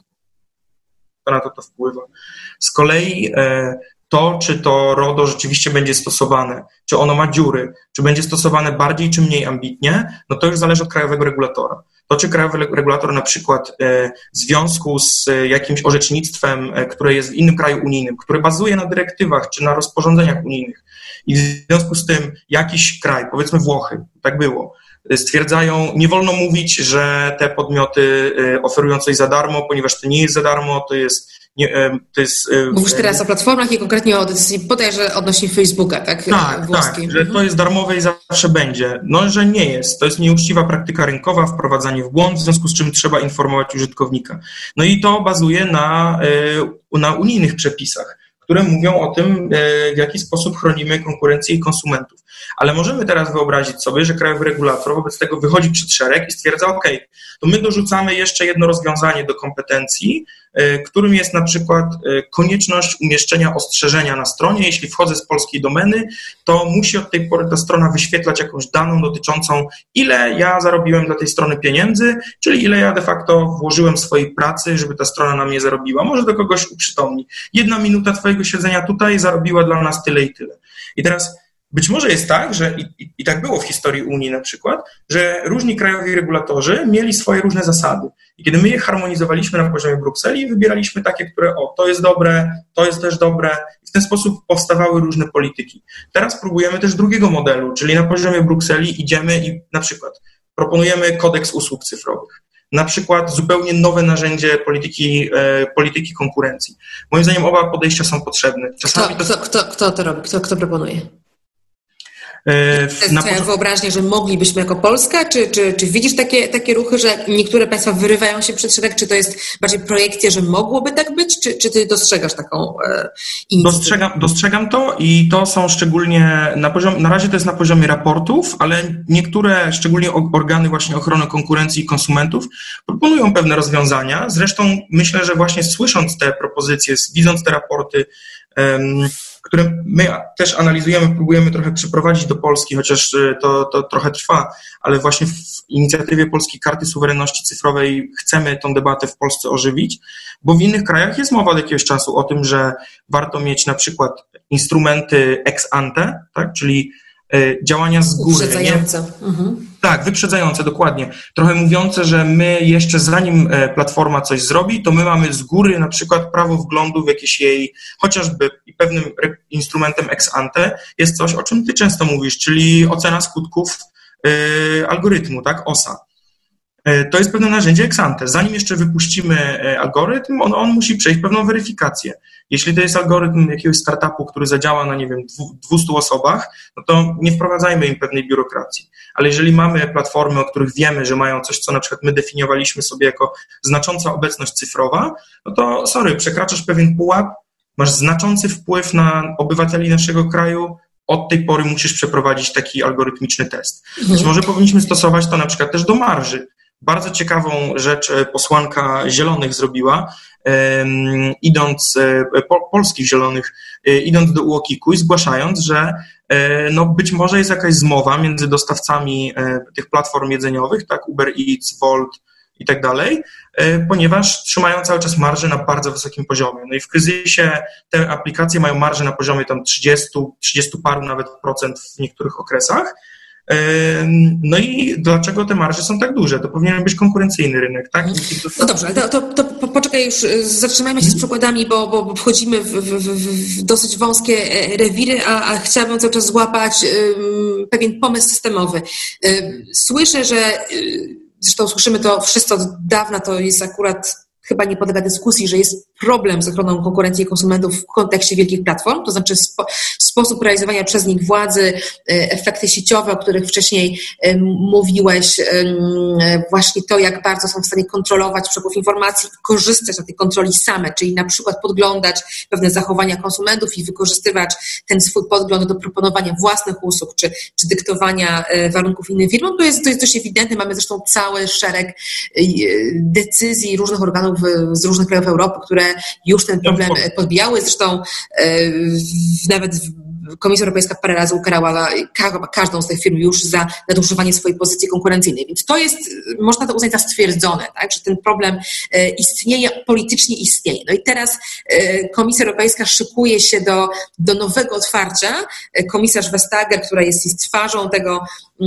na to to wpływa. Z kolei to, czy to RODO rzeczywiście będzie stosowane, czy ono ma dziury, czy będzie stosowane bardziej czy mniej ambitnie, no to już zależy od krajowego regulatora. To, czy krajowy regulator na przykład w związku z jakimś orzecznictwem, które jest w innym kraju unijnym, które bazuje na dyrektywach czy na rozporządzeniach unijnych i w związku z tym jakiś kraj, powiedzmy Włochy, tak było, stwierdzają, nie wolno mówić, że te podmioty oferują coś za darmo, ponieważ to nie jest za darmo, to jest Nie, to jest,
Mówisz teraz o platformach i konkretnie o decyzji bodajże odnośnie Facebooka, tak?
Tak,
włoskim.
tak, że to jest darmowe i zawsze będzie. No, że nie jest. To jest nieuczciwa praktyka rynkowa, wprowadzanie w błąd, w związku z czym trzeba informować użytkownika. No i to bazuje na, na unijnych przepisach, które mówią o tym, w jaki sposób chronimy konkurencję i konsumentów. Ale możemy teraz wyobrazić sobie, że krajowy regulator wobec tego wychodzi przed szereg i stwierdza, ok, to my dorzucamy jeszcze jedno rozwiązanie do kompetencji, którym jest na przykład konieczność umieszczenia ostrzeżenia na stronie. Jeśli wchodzę z polskiej domeny, to musi od tej pory ta strona wyświetlać jakąś daną dotyczącą, ile ja zarobiłem dla tej strony pieniędzy, czyli ile ja de facto włożyłem swojej pracy, żeby ta strona na mnie zarobiła. Może do kogoś uprzytomni. Jedna minuta twojego siedzenia tutaj zarobiła dla nas tyle i tyle. I teraz być może jest tak, że i, i, i tak było w historii Unii na przykład, że różni krajowi regulatorzy mieli swoje różne zasady. I kiedy my je harmonizowaliśmy na poziomie Brukseli, wybieraliśmy takie, które o, to jest dobre, to jest też dobre i w ten sposób powstawały różne polityki. Teraz próbujemy też drugiego modelu, czyli na poziomie Brukseli idziemy i na przykład proponujemy kodeks usług cyfrowych. Na przykład zupełnie nowe narzędzie polityki, e, polityki konkurencji. Moim zdaniem oba podejścia są potrzebne.
Czasami kto, to... kto, kto, kto to robi? Kto, kto proponuje?
W,
to jest twoja wyobraźnia, że moglibyśmy jako Polska, czy, czy, czy widzisz takie, takie ruchy, że niektóre państwa wyrywają się przed szereg, czy to jest bardziej projekcja, że mogłoby tak być, czy, czy ty dostrzegasz taką e, inicjatywę?
Dostrzegam, dostrzegam to i to są szczególnie, na, poziom, na razie to jest na poziomie raportów, ale niektóre, szczególnie organy właśnie ochrony konkurencji i konsumentów proponują pewne rozwiązania. Zresztą myślę, że właśnie słysząc te propozycje, widząc te raporty, um, które my też analizujemy, próbujemy trochę przeprowadzić do Polski, chociaż to, to trochę trwa, ale właśnie w inicjatywie Polskiej Karty Suwerenności Cyfrowej chcemy tą debatę w Polsce ożywić, bo w innych krajach jest mowa od jakiegoś czasu o tym, że warto mieć na przykład instrumenty ex ante, tak, czyli działania z góry.
Wyprzedzające. Mhm.
Tak, wyprzedzające, dokładnie. Trochę mówiące, że my jeszcze zanim platforma coś zrobi, to my mamy z góry na przykład prawo wglądu w jakieś jej, chociażby pewnym instrumentem ex ante jest coś, o czym ty często mówisz, czyli ocena skutków y, algorytmu, tak, O S A. To jest pewne narzędzie ex ante. Zanim jeszcze wypuścimy algorytm, on, on musi przejść pewną weryfikację. Jeśli to jest algorytm jakiegoś startupu, który zadziała na, nie wiem, dwustu osobach, no to nie wprowadzajmy im pewnej biurokracji. Ale jeżeli mamy platformy, o których wiemy, że mają coś, co na przykład my definiowaliśmy sobie jako znacząca obecność cyfrowa, no to sorry, przekraczasz pewien pułap, masz znaczący wpływ na obywateli naszego kraju, od tej pory musisz przeprowadzić taki algorytmiczny test. Mhm. Być może powinniśmy stosować to na przykład też do marży. Bardzo ciekawą rzecz posłanka Zielonych zrobiła, um, idąc, po, polskich Zielonych, idąc do U O K I K u i zgłaszając, że no, być może jest jakaś zmowa między dostawcami tych platform jedzeniowych, tak, Uber Eats, Wolt i tak dalej, ponieważ trzymają cały czas marże na bardzo wysokim poziomie. No i w kryzysie te aplikacje mają marże na poziomie tam trzydzieści, trzydzieści paru nawet procent w niektórych okresach. No i dlaczego te marże są tak duże? To powinien być konkurencyjny rynek, tak?
No dobrze, ale to, to, to poczekaj już, zatrzymajmy się z przykładami, bo, bo wchodzimy w, w, w dosyć wąskie rewiry, a, a chciałabym cały czas złapać um, pewien pomysł systemowy. Słyszę, że, zresztą słyszymy to wszyscy od dawna, to jest akurat chyba nie podlega dyskusji, że jest problem z ochroną konkurencji i konsumentów w kontekście wielkich platform, to znaczy spo, sposób realizowania przez nich władzy, efekty sieciowe, o których wcześniej mówiłeś, właśnie to, jak bardzo są w stanie kontrolować przepływ informacji i korzystać na tej kontroli same, czyli na przykład podglądać pewne zachowania konsumentów i wykorzystywać ten swój podgląd do proponowania własnych usług, czy, czy dyktowania warunków innym firmom, to jest, to jest dość ewidentne. Mamy zresztą cały szereg decyzji różnych organów z różnych krajów Europy, które już ten problem podbijały. Zresztą nawet Komisja Europejska parę razy ukarała każdą z tych firm już za nadużywanie swojej pozycji konkurencyjnej. Więc to jest, można to uznać za stwierdzone, tak, że ten problem istnieje, politycznie istnieje. No i teraz Komisja Europejska szykuje się do, do nowego otwarcia. Komisarz Vestager, która jest, jest twarzą tego,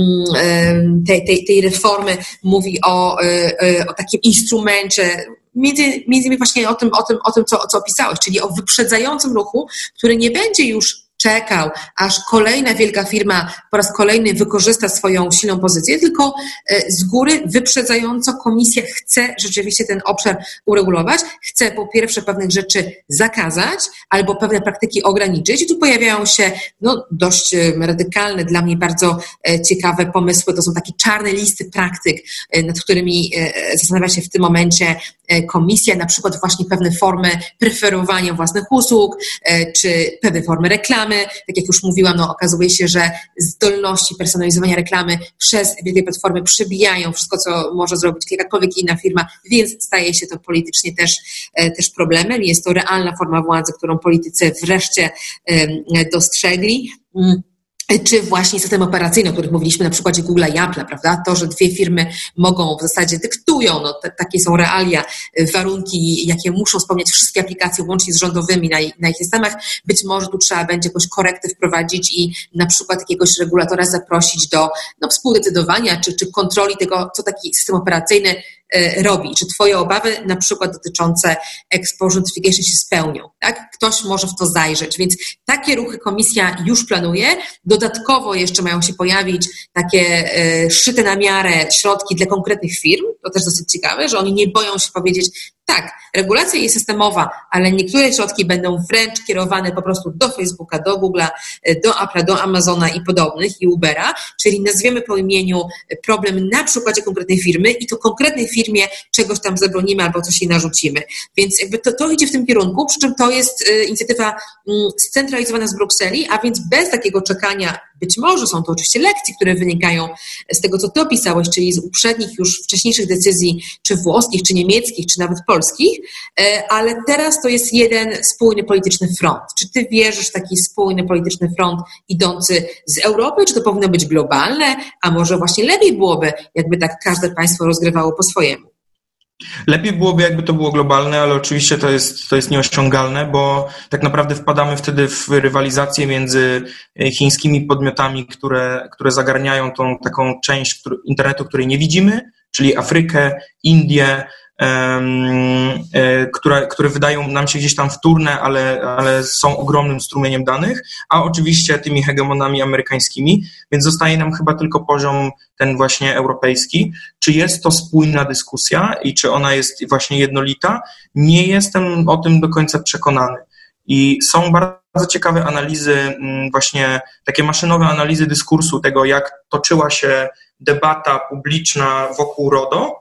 tej, tej, tej reformy, mówi o, o takim instrumencie, Między, między innymi właśnie o tym, o tym, o tym co, co opisałeś, czyli o wyprzedzającym ruchu, który nie będzie już czekał, aż kolejna wielka firma po raz kolejny wykorzysta swoją silną pozycję, tylko z góry wyprzedzająco komisja chce rzeczywiście ten obszar uregulować, chce po pierwsze pewnych rzeczy zakazać albo pewne praktyki ograniczyć i tu pojawiają się no, dość radykalne, dla mnie bardzo ciekawe pomysły, to są takie czarne listy praktyk, nad którymi zastanawia się w tym momencie komisja, na przykład właśnie pewne formy preferowania własnych usług, czy pewne formy reklamy. Tak jak już mówiłam, no okazuje się, że zdolności personalizowania reklamy przez wielkie platformy przebijają wszystko, co może zrobić jakakolwiek inna firma, więc staje się to politycznie też, też problemem. Jest to realna forma władzy, którą politycy wreszcie dostrzegli. Czy właśnie system operacyjny, o których mówiliśmy na przykładzie Google'a i Apple'a, prawda? To, że dwie firmy mogą w zasadzie dyktują, no te, takie są realia, warunki, jakie muszą spełniać wszystkie aplikacje, łącznie z rządowymi na, na ich systemach. Być może tu trzeba będzie jakąś korektę wprowadzić i na przykład jakiegoś regulatora zaprosić do no, współdecydowania czy, czy kontroli tego, co taki system operacyjny robi. Czy twoje obawy na przykład dotyczące exposure notification się spełnią, tak? Ktoś może w to zajrzeć, więc takie ruchy komisja już planuje. Dodatkowo jeszcze mają się pojawić takie szyte na miarę środki dla konkretnych firm. To też dosyć ciekawe, że oni nie boją się powiedzieć, tak, regulacja jest systemowa, ale niektóre środki będą wręcz kierowane po prostu do Facebooka, do Google'a, do Apple'a, do Amazona i podobnych i Ubera, czyli nazwiemy po imieniu problem na przykładzie konkretnej firmy i to konkretnej firmie czegoś tam zabronimy albo coś jej narzucimy. Więc jakby to, to idzie w tym kierunku, przy czym to jest inicjatywa scentralizowana z Brukseli, a więc bez takiego czekania być może są to oczywiście lekcje, które wynikają z tego, co ty opisałeś, czyli z uprzednich już wcześniejszych decyzji, czy włoskich, czy niemieckich, czy nawet polskich, ale teraz to jest jeden spójny polityczny front. Czy ty wierzysz w taki spójny polityczny front idący z Europy, czy to powinno być globalne, a może właśnie lepiej byłoby, jakby tak każde państwo rozgrywało po swojemu?
Lepiej byłoby, jakby to było globalne, ale oczywiście to jest, to jest nieosiągalne, bo tak naprawdę wpadamy wtedy w rywalizację między chińskimi podmiotami, które, które zagarniają tą taką część internetu, której nie widzimy, czyli Afrykę, Indię, Um, e, które, które wydają nam się gdzieś tam wtórne, ale, ale są ogromnym strumieniem danych, a oczywiście tymi hegemonami amerykańskimi, więc zostaje nam chyba tylko poziom ten właśnie europejski. Czy jest to spójna dyskusja i czy ona jest właśnie jednolita? Nie jestem o tym do końca przekonany. I są bardzo ciekawe analizy, właśnie takie maszynowe analizy dyskursu tego, jak toczyła się debata publiczna wokół RODO.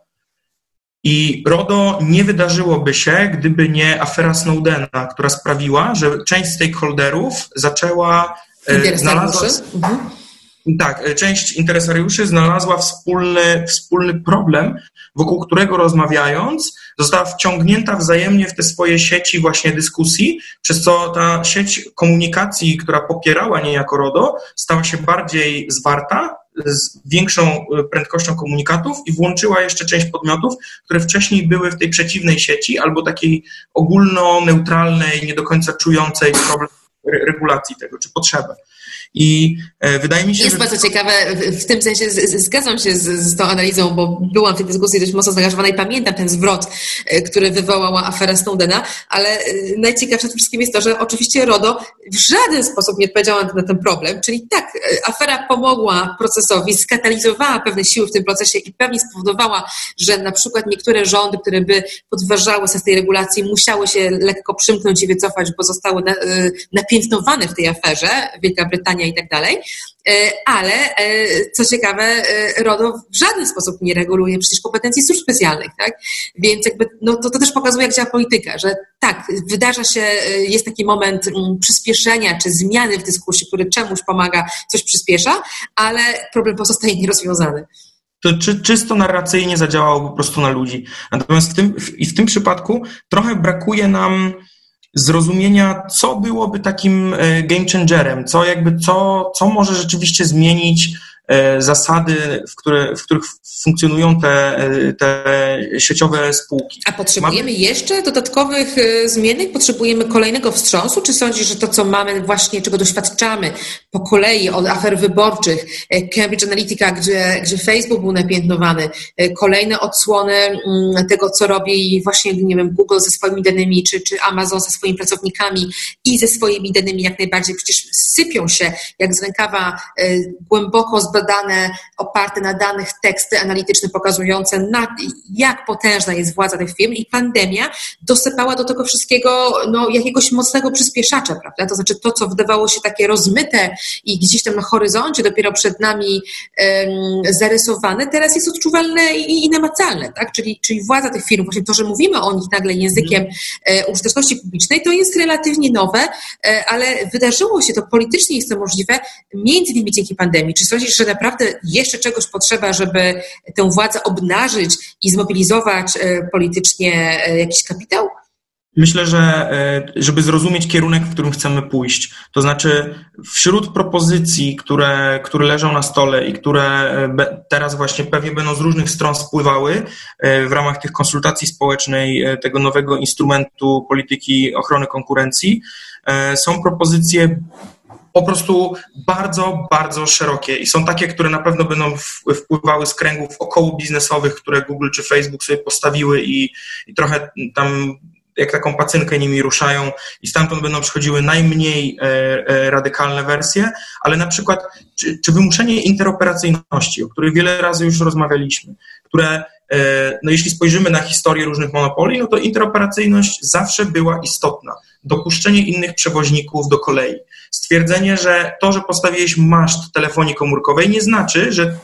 I RODO nie wydarzyłoby się, gdyby nie afera Snowdena, która sprawiła, że część stakeholderów zaczęła... znalazła, mhm. Tak, część interesariuszy znalazła wspólny, wspólny problem, wokół którego rozmawiając została wciągnięta wzajemnie w te swoje sieci właśnie dyskusji, przez co ta sieć komunikacji, która popierała niejako RODO, stała się bardziej zwarta, z większą prędkością komunikatów i włączyła jeszcze część podmiotów, które wcześniej były w tej przeciwnej sieci albo takiej ogólnoneutralnej, nie do końca czującej problem regulacji tego, czy potrzebę. I wydaje mi się,
jest
że...
bardzo ciekawe, w tym sensie zgadzam się z, z tą analizą, bo byłam w tej dyskusji dość mocno zaangażowana i pamiętam ten zwrot, który wywołała afera Snowdena, ale najciekawsze przede wszystkim jest to, że oczywiście RODO w żaden sposób nie odpowiedziała na ten problem, czyli tak, afera pomogła procesowi, skatalizowała pewne siły w tym procesie i pewnie spowodowała, że na przykład niektóre rządy, które by podważały sens tej regulacji, musiały się lekko przymknąć i wycofać, bo zostały napiętnowane w tej aferze, Wielka Brytania i tak dalej, ale co ciekawe, RODO w żaden sposób nie reguluje przecież kompetencji służb specjalnych, tak? Więc jakby, no to, to też pokazuje, jak działa polityka, że tak, wydarza się, jest taki moment przyspieszenia czy zmiany w dyskursie, który czemuś pomaga, coś przyspiesza, ale problem pozostaje nierozwiązany.
To czy, czysto narracyjnie zadziałało po prostu na ludzi. Natomiast w tym, i w tym przypadku trochę brakuje nam zrozumienia, co byłoby takim game changerem, co jakby, co, co może rzeczywiście zmienić zasady, w, które, w których funkcjonują te, te sieciowe spółki.
A potrzebujemy mamy... jeszcze dodatkowych zmiennych? Potrzebujemy kolejnego wstrząsu? Czy sądzisz, że to, co mamy właśnie, czego doświadczamy po kolei od afer wyborczych, Cambridge Analytica, gdzie, gdzie Facebook był napiętnowany, kolejne odsłony tego, co robi właśnie, nie wiem, Google ze swoimi danymi, czy, czy Amazon ze swoimi pracownikami i ze swoimi danymi jak najbardziej przecież sypią się jak z rękawa głęboko zbadane badane, oparte na danych teksty analityczne pokazujące, na, jak potężna jest władza tych firm i pandemia dosypała do tego wszystkiego no, jakiegoś mocnego przyspieszacza, prawda? To znaczy to, co wydawało się takie rozmyte i gdzieś tam na horyzoncie dopiero przed nami um, zarysowane, teraz jest odczuwalne i, i namacalne, tak? Czyli, czyli władza tych firm, właśnie to, że mówimy o nich nagle językiem e, użyteczności publicznej, to jest relatywnie nowe, e, ale wydarzyło się to, politycznie jest to możliwe, między innymi dzięki pandemii. Czy sądzisz, że naprawdę jeszcze czegoś potrzeba, żeby tę władzę obnażyć i zmobilizować politycznie jakiś kapitał?
Myślę, że żeby zrozumieć kierunek, w którym chcemy pójść, to znaczy wśród propozycji, które, które leżą na stole i które teraz właśnie pewnie będą z różnych stron spływały w ramach tych konsultacji społecznej, tego nowego instrumentu polityki ochrony konkurencji, są propozycje po prostu bardzo, bardzo szerokie i są takie, które na pewno będą wpływały z kręgów około biznesowych, które Google czy Facebook sobie postawiły i, i trochę tam jak taką pacynkę nimi ruszają i stamtąd będą przychodziły najmniej e, e, radykalne wersje, ale na przykład czy, czy wymuszenie interoperacyjności, o której wiele razy już rozmawialiśmy, które, e, no jeśli spojrzymy na historię różnych monopoli, no to interoperacyjność zawsze była istotna. Dopuszczenie innych przewoźników do kolei. Stwierdzenie, że to, że postawiłeś maszt telefonii komórkowej nie znaczy, że, że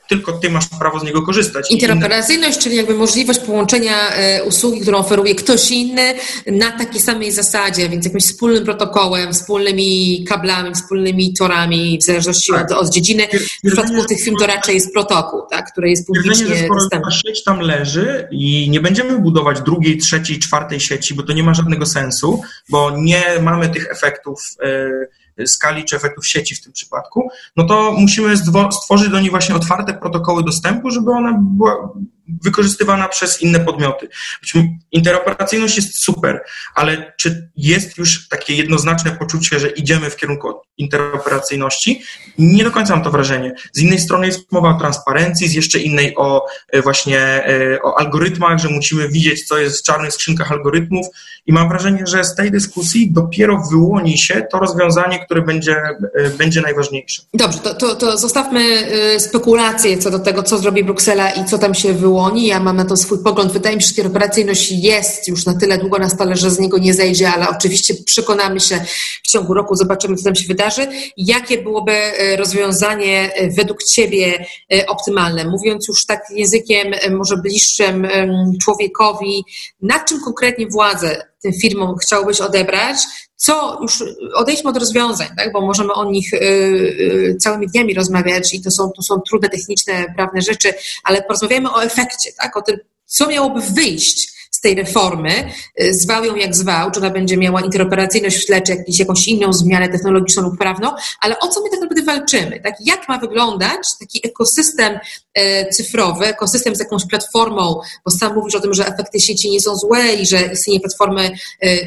tylko ty masz prawo z niego korzystać.
Interoperacyjność, czyli jakby możliwość połączenia usługi, którą oferuje ktoś inny na takiej samej zasadzie, więc jakimś wspólnym protokołem, wspólnymi kablami, wspólnymi torami, w zależności tak. od, od dziedziny. W przypadku tych firm to raczej jest protokół, tak, który jest publicznie dostępny.
Ta sieć tam leży i nie będziemy budować drugiej, trzeciej, czwartej sieci, bo to nie ma żadnego sensu, bo nie mamy tych efektów yy, skali czy efektów sieci w tym przypadku, no to musimy stworzyć do niej właśnie otwarte protokoły dostępu, żeby ona była wykorzystywana przez inne podmioty. Interoperacyjność jest super, ale czy jest już takie jednoznaczne poczucie, że idziemy w kierunku interoperacyjności? Nie do końca mam to wrażenie. Z innej strony jest mowa o transparencji, z jeszcze innej o właśnie o algorytmach, że musimy widzieć, co jest w czarnych skrzynkach algorytmów i mam wrażenie, że z tej dyskusji dopiero wyłoni się to rozwiązanie, które będzie, będzie najważniejsze.
Dobrze, to, to, to zostawmy spekulacje co do tego, co zrobi Bruksela i co tam się wyłoni. Ja mam na to swój pogląd. Wydaje mi się, że interoperacyjność jest już na tyle długo na stole, że z niego nie zejdzie, ale oczywiście przekonamy się w ciągu roku, zobaczymy, co tam się wydarzy. Jakie byłoby rozwiązanie według Ciebie optymalne? Mówiąc już tak językiem może bliższym człowiekowi, nad czym konkretnie władzę tym firmom chciałbyś odebrać? Co już, odejdźmy od rozwiązań, tak? Bo możemy o nich y, y, całymi dniami rozmawiać i to są, to są trudne, techniczne, prawne rzeczy, ale porozmawiajmy o efekcie, tak? O tym, co miałoby wyjść z tej reformy, zwał ją jak zwał, czy ona będzie miała interoperacyjność w tle, czy jakąś, jakąś inną zmianę technologiczną lub prawną, ale o co my tak naprawdę walczymy, tak? Jak ma wyglądać taki ekosystem e, cyfrowy, ekosystem z jakąś platformą, bo sam mówisz o tym, że efekty sieci nie są złe i że istnieje platformy e,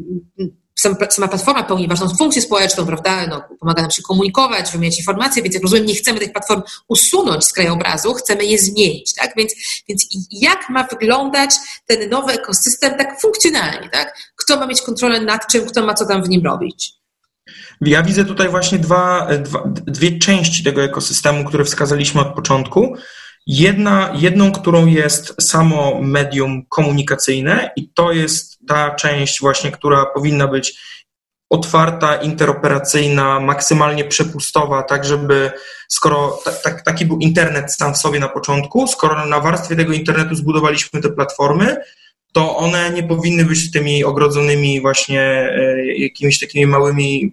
sama platforma pełni ważną funkcję społeczną, prawda? No, pomaga nam się komunikować, wymieniać informacje, więc jak rozumiem, nie chcemy tych platform usunąć z krajobrazu, chcemy je zmienić, tak? Więc, więc jak ma wyglądać ten nowy ekosystem tak funkcjonalnie, tak? Kto ma mieć kontrolę nad czym, kto ma co tam w nim robić?
Ja widzę tutaj właśnie dwa, dwa, dwie części tego ekosystemu, które wskazaliśmy od początku. Jedna, jedną, którą jest samo medium komunikacyjne i to jest ta część właśnie, która powinna być otwarta, interoperacyjna, maksymalnie przepustowa, tak żeby skoro t- t- taki był internet sam w sobie na początku, skoro na warstwie tego internetu zbudowaliśmy te platformy, to one nie powinny być tymi ogrodzonymi właśnie e, jakimiś takimi małymi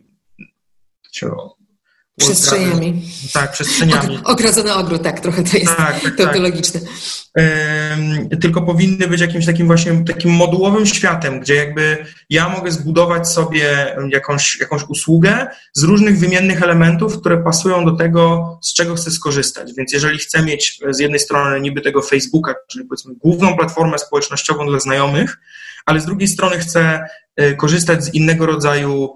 przestrzeniami.
Tak, przestrzeniami.
Ogrodzony ogród, tak, trochę to jest
tak, tak,
tautologiczne.
Tak. Ym, tylko powinny być jakimś takim właśnie takim modułowym światem, gdzie jakby ja mogę zbudować sobie jakąś, jakąś usługę z różnych wymiennych elementów, które pasują do tego, z czego chcę skorzystać. Więc jeżeli chcę mieć z jednej strony niby tego Facebooka, czyli powiedzmy główną platformę społecznościową dla znajomych, ale z drugiej strony chcę korzystać z innego rodzaju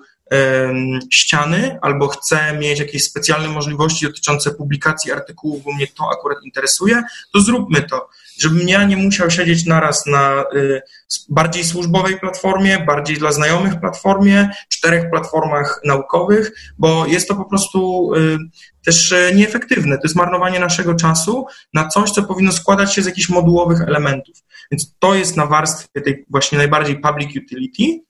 ściany, albo chcę mieć jakieś specjalne możliwości dotyczące publikacji artykułów, bo mnie to akurat interesuje, to zróbmy to, żebym ja nie musiał siedzieć naraz na y, bardziej służbowej platformie, bardziej dla znajomych platformie, czterech platformach naukowych, bo jest to po prostu y, też y, nieefektywne. To jest marnowanie naszego czasu na coś, co powinno składać się z jakichś modułowych elementów. Więc to jest na warstwie tej właśnie najbardziej public utility.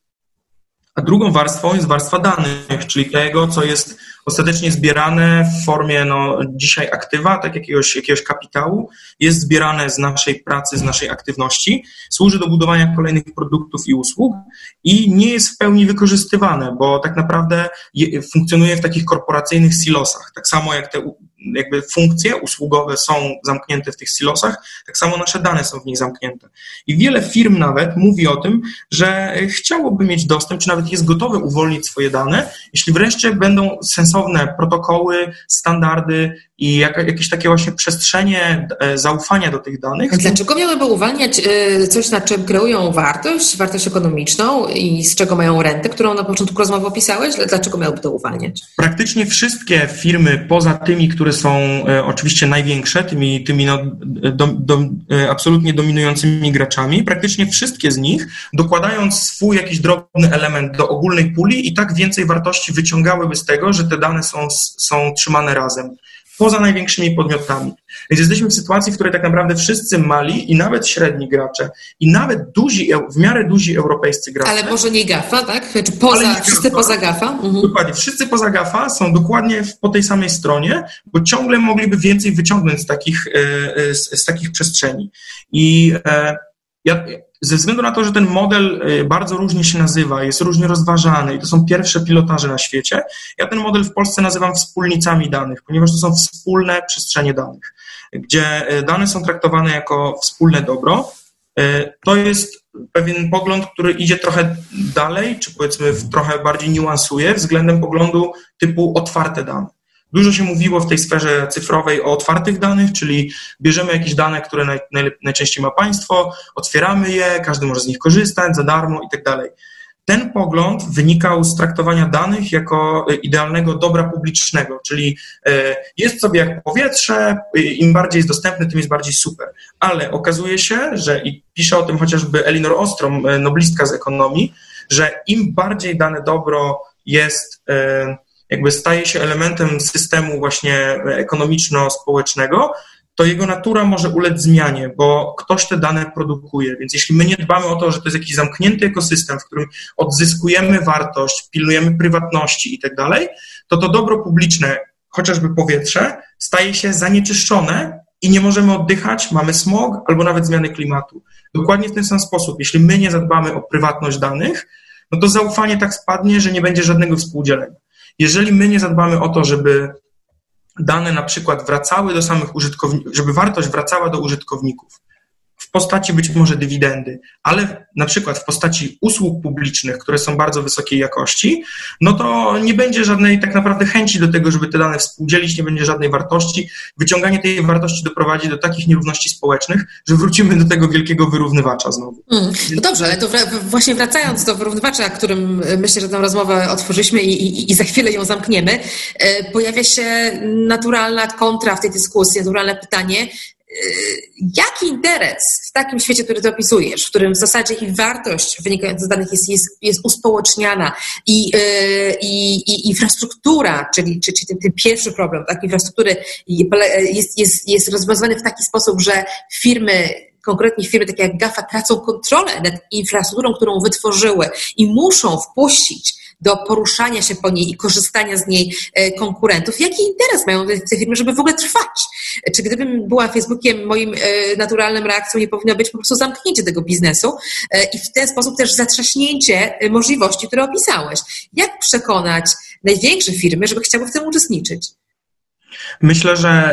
A drugą warstwą jest warstwa danych, czyli tego, co jest ostatecznie zbierane w formie no, dzisiaj aktywa, tak jakiegoś, jakiegoś kapitału, jest zbierane z naszej pracy, z naszej aktywności, służy do budowania kolejnych produktów i usług i nie jest w pełni wykorzystywane, bo tak naprawdę je, funkcjonuje w takich korporacyjnych silosach. Tak samo jak te jakby funkcje usługowe są zamknięte w tych silosach, tak samo nasze dane są w nich zamknięte. I wiele firm nawet mówi o tym, że chciałoby mieć dostęp, czy nawet jest gotowe uwolnić swoje dane, jeśli wreszcie będą sensowne protokoły, standardy i jakieś takie właśnie przestrzenie zaufania do tych danych.
Dlaczego miałyby uwalniać coś, na czym kreują wartość, wartość ekonomiczną i z czego mają rentę, którą na początku rozmowy opisałeś? Dlaczego miałyby to uwalniać?
Praktycznie wszystkie firmy, poza tymi, które są e, oczywiście największe, tymi, tymi no, do, do, e, absolutnie dominującymi graczami, praktycznie wszystkie z nich, dokładając swój jakiś drobny element do ogólnej puli i tak więcej wartości wyciągałyby z tego, że te dane są, są trzymane razem. poza największymi podmiotami. Więc jesteśmy w sytuacji, w której tak naprawdę wszyscy mali i nawet średni gracze i nawet duzi, w miarę duzi europejscy gracze.
Ale może nie GAFA, tak? Czy poza, wszyscy GAFA, poza GAFA? Mhm.
Dokładnie, wszyscy poza GAFA są dokładnie po tej samej stronie, bo ciągle mogliby więcej wyciągnąć z takich, z, z takich przestrzeni. I ja, ze względu na to, że ten model bardzo różnie się nazywa, jest różnie rozważany i to są pierwsze pilotaże na świecie, ja ten model w Polsce nazywam wspólnicami danych, ponieważ to są wspólne przestrzenie danych, gdzie dane są traktowane jako wspólne dobro. To jest pewien pogląd, który idzie trochę dalej, czy powiedzmy trochę bardziej niuansuje względem poglądu typu otwarte dane. Dużo się mówiło w tej sferze cyfrowej o otwartych danych, czyli bierzemy jakieś dane, które naj, naj, najczęściej ma państwo, otwieramy je, każdy może z nich korzystać za darmo i tak dalej. Ten pogląd wynikał z traktowania danych jako idealnego dobra publicznego, czyli jest sobie jak powietrze, im bardziej jest dostępne, tym jest bardziej super. Ale okazuje się, że i pisze o tym chociażby Elinor Ostrom, noblistka z ekonomii, że im bardziej dane dobro jest, jakby staje się elementem systemu właśnie ekonomiczno-społecznego, to jego natura może ulec zmianie, bo ktoś te dane produkuje. Więc jeśli my nie dbamy o to, że to jest jakiś zamknięty ekosystem, w którym odzyskujemy wartość, pilnujemy prywatności i tak dalej, to to dobro publiczne, chociażby powietrze, staje się zanieczyszczone i nie możemy oddychać, mamy smog albo nawet zmiany klimatu. Dokładnie w ten sam sposób. Jeśli my nie zadbamy o prywatność danych, no to zaufanie tak spadnie, że nie będzie żadnego współdzielenia. Jeżeli my nie zadbamy o to, żeby dane na przykład wracały do samych użytkowników, żeby wartość wracała do użytkowników w postaci być może dywidendy, ale na przykład w postaci usług publicznych, które są bardzo wysokiej jakości, no to nie będzie żadnej tak naprawdę chęci do tego, żeby te dane współdzielić, nie będzie żadnej wartości. Wyciąganie tej wartości doprowadzi do takich nierówności społecznych, że wrócimy do tego wielkiego wyrównywacza znowu.
Mm, no dobrze, ale to wra- właśnie wracając do wyrównywacza, którym myślę, że tę rozmowę otworzyliśmy i, i, i za chwilę ją zamkniemy, pojawia się naturalna kontra w tej dyskusji, naturalne pytanie, jaki interes w takim świecie, który ty opisujesz, w którym w zasadzie i wartość wynikająca z danych jest, jest, jest uspołeczniana i, i, i infrastruktura, czyli, czyli ten, ten pierwszy problem, tak, infrastruktury jest, jest, jest rozwiązany w taki sposób, że firmy, konkretnie firmy takie jak GAFA tracą kontrolę nad infrastrukturą, którą wytworzyły i muszą wpuścić do poruszania się po niej i korzystania z niej konkurentów. Jaki interes mają te firmy, żeby w ogóle trwać? Czy gdybym była Facebookiem, moim naturalnym reakcją nie powinno być po prostu zamknięcie tego biznesu i w ten sposób też zatrzaśnięcie możliwości, które opisałeś? Jak przekonać największe firmy, żeby chciały w tym uczestniczyć?
Myślę, że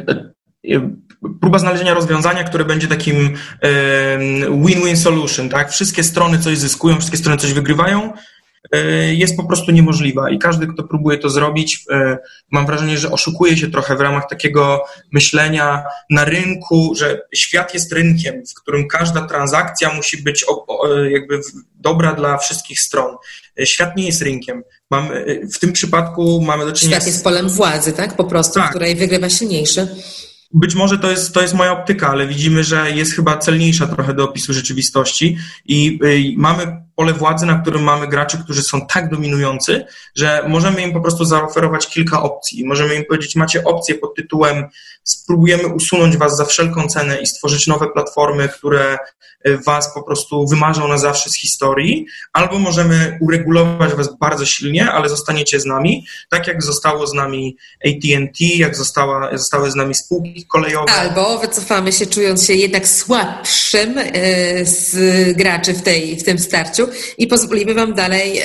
próba znalezienia rozwiązania, które będzie takim win-win solution, tak? Wszystkie strony coś zyskują, wszystkie strony coś wygrywają, jest po prostu niemożliwa i każdy, kto próbuje to zrobić, mam wrażenie, że oszukuje się trochę w ramach takiego myślenia na rynku, że świat jest rynkiem, w którym każda transakcja musi być jakby dobra dla wszystkich stron. Świat nie jest rynkiem. Mamy, w tym przypadku mamy do czynienia...
Świat jest polem władzy, tak? Po prostu, tak, w której wygrywa silniejszy.
Być może to jest, to jest moja optyka, ale widzimy, że jest chyba celniejsza trochę do opisu rzeczywistości i, i mamy pole władzy, na którym mamy graczy, którzy są tak dominujący, że możemy im po prostu zaoferować kilka opcji. Możemy im powiedzieć, macie opcję pod tytułem spróbujemy usunąć was za wszelką cenę i stworzyć nowe platformy, które was po prostu wymarzą na zawsze z historii, albo możemy uregulować was bardzo silnie, ale zostaniecie z nami, tak jak zostało z nami A T and T, jak została, zostały z nami spółki kolejowe.
Albo wycofamy się, czując się jednak słabszym z graczy w, tej, w tym starciu i pozwolimy wam dalej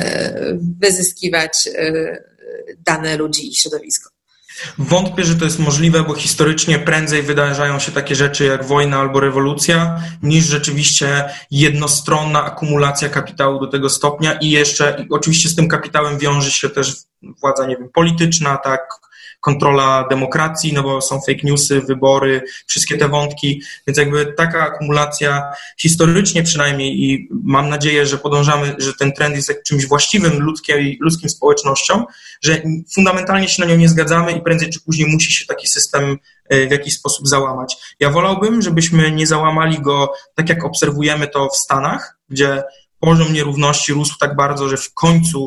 wyzyskiwać dane ludzi i środowisko.
Wątpię, że to jest możliwe, bo historycznie prędzej wydarzają się takie rzeczy jak wojna albo rewolucja, niż rzeczywiście jednostronna akumulacja kapitału do tego stopnia i jeszcze i oczywiście z tym kapitałem wiąże się też władza, nie wiem, polityczna, tak, kontrola demokracji, no bo są fake newsy, wybory, wszystkie te wątki, więc jakby taka akumulacja historycznie przynajmniej i mam nadzieję, że podążamy, że ten trend jest jak czymś właściwym ludzkiej, ludzkim społecznościom, że fundamentalnie się na nią nie zgadzamy i prędzej czy później musi się taki system w jakiś sposób załamać. Ja wolałbym, żebyśmy nie załamali go tak jak obserwujemy to w Stanach, gdzie poziom nierówności rósł tak bardzo, że w końcu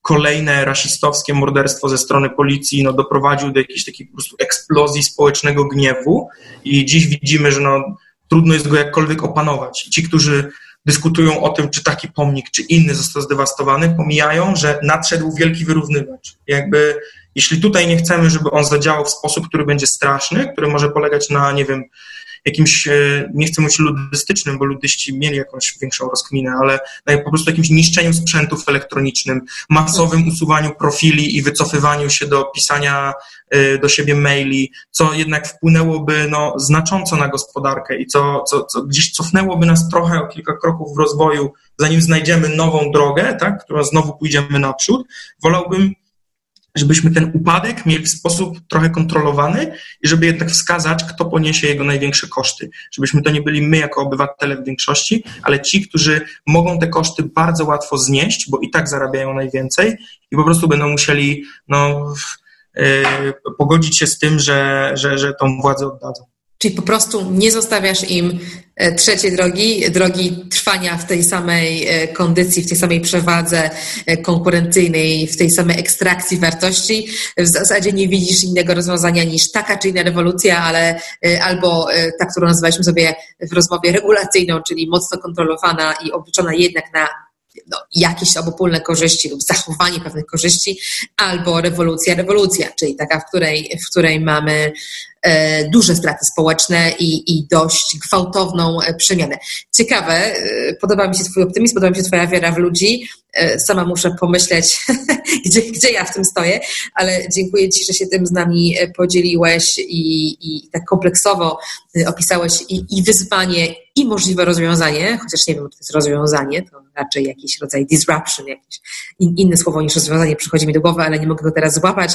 kolejne rasistowskie morderstwo ze strony policji no, doprowadził do jakiejś takiej po prostu eksplozji społecznego gniewu i dziś widzimy, że no, trudno jest go jakkolwiek opanować. Ci, którzy dyskutują o tym, czy taki pomnik, czy inny został zdewastowany, pomijają, że nadszedł wielki wyrównywacz. Jakby, jeśli tutaj nie chcemy, żeby on zadziałał w sposób, który będzie straszny, który może polegać na, nie wiem, jakimś, nie chcę mówić ludystycznym, bo ludyści mieli jakąś większą rozkminę, ale po prostu jakimś niszczeniu sprzętów elektronicznym, masowym usuwaniu profili i wycofywaniu się do pisania do siebie maili, co jednak wpłynęłoby no, znacząco na gospodarkę i co, co, co gdzieś cofnęłoby nas trochę o kilka kroków w rozwoju, zanim znajdziemy nową drogę, tak, którą znowu pójdziemy naprzód. Wolałbym, żebyśmy ten upadek mieli w sposób trochę kontrolowany i żeby jednak wskazać, kto poniesie jego największe koszty. Żebyśmy to nie byli my jako obywatele w większości, ale ci, którzy mogą te koszty bardzo łatwo znieść, bo i tak zarabiają najwięcej i po prostu będą musieli no, yy, pogodzić się z tym, że, że, że tą władzę oddadzą.
Czyli po prostu nie zostawiasz im trzeciej drogi, drogi trwania w tej samej kondycji, w tej samej przewadze konkurencyjnej, w tej samej ekstrakcji wartości. W zasadzie nie widzisz innego rozwiązania niż taka czy inna rewolucja, ale albo ta, którą nazywaliśmy sobie w rozmowie regulacyjną, czyli mocno kontrolowana i obliczona jednak na no, jakieś obopólne korzyści lub zachowanie pewnych korzyści, albo rewolucja, rewolucja, czyli taka, w której, w której mamy e, duże straty społeczne i, i dość gwałtowną przemianę. Ciekawe, e, podoba mi się Twój optymizm, podoba mi się Twoja wiara w ludzi. E, sama muszę pomyśleć, gdzie, gdzie ja w tym stoję, ale dziękuję Ci, że się tym z nami podzieliłeś i, i tak kompleksowo opisałeś i, i wyzwanie, i możliwe rozwiązanie, chociaż nie wiem, czy to jest rozwiązanie, to raczej jakiś rodzaj disruption, jakieś in, inne słowo niż rozwiązanie przychodzi mi do głowy, ale nie mogę go teraz złapać.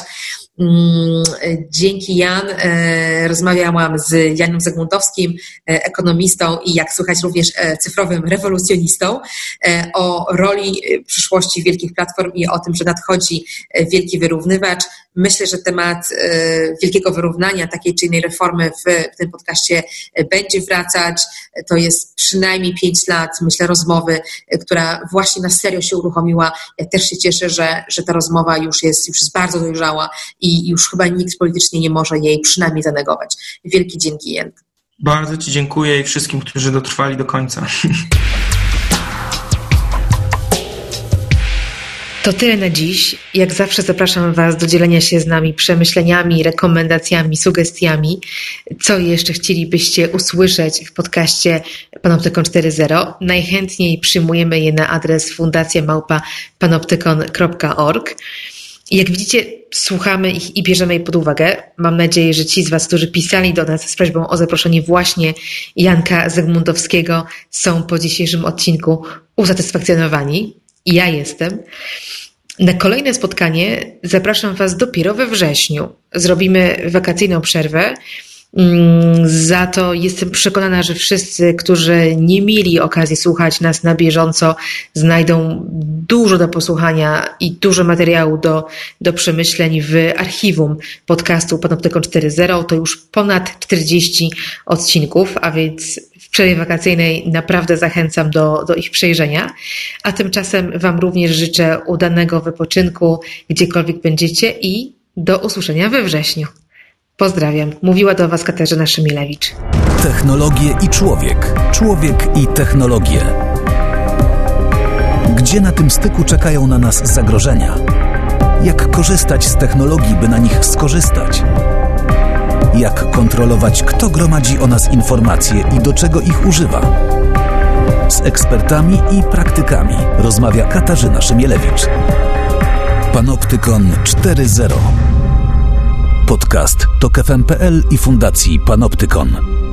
Dzięki, Jan. Rozmawiałam z Janem Zygmuntowskim, ekonomistą i jak słychać również cyfrowym rewolucjonistą, o roli przyszłości wielkich platform i o tym, że nadchodzi wielki wyrównywacz. Myślę, że temat wielkiego wyrównania, takiej czy innej reformy w, w tym podcaście będzie wracać. To jest przynajmniej pięć lat, myślę, rozmowy, która właśnie na serio się uruchomiła. Ja też się cieszę, że, że ta rozmowa już jest, już jest bardzo dojrzała i już chyba nikt politycznie nie może jej przynajmniej zanegować. Wielki dzięki, Jan.
Bardzo Ci dziękuję i wszystkim, którzy dotrwali do końca.
To tyle na dziś. Jak zawsze zapraszam Was do dzielenia się z nami przemyśleniami, rekomendacjami, sugestiami. Co jeszcze chcielibyście usłyszeć w podcaście Panoptykon cztery zero? Najchętniej przyjmujemy je na adres fundacja małpa panoptykon kropka org. Jak widzicie, słuchamy ich i bierzemy je pod uwagę. Mam nadzieję, że ci z Was, którzy pisali do nas z prośbą o zaproszenie właśnie Janka Zygmuntowskiego, są po dzisiejszym odcinku usatysfakcjonowani. I ja jestem. Na kolejne spotkanie zapraszam Was dopiero we wrześniu. Zrobimy wakacyjną przerwę. Za to jestem przekonana, że wszyscy, którzy nie mieli okazji słuchać nas na bieżąco, znajdą dużo do posłuchania i dużo materiału do, do przemyśleń w archiwum podcastu Panoptykon cztery zero. To już ponad czterdzieści odcinków, a więc w przerwie wakacyjnej naprawdę zachęcam do, do ich przejrzenia. A tymczasem Wam również życzę udanego wypoczynku, gdziekolwiek będziecie i do usłyszenia we wrześniu. Pozdrawiam. Mówiła do Was Katarzyna Szymilewicz.
Technologie i człowiek. Człowiek i technologie. Gdzie na tym styku czekają na nas zagrożenia? Jak korzystać z technologii, by na nich skorzystać? Jak kontrolować, kto gromadzi o nas informacje i do czego ich używa? Z ekspertami i praktykami rozmawia Katarzyna Szymielewicz. Panoptykon cztery zero. Podcast Tok F M kropka P L i Fundacji Panoptykon.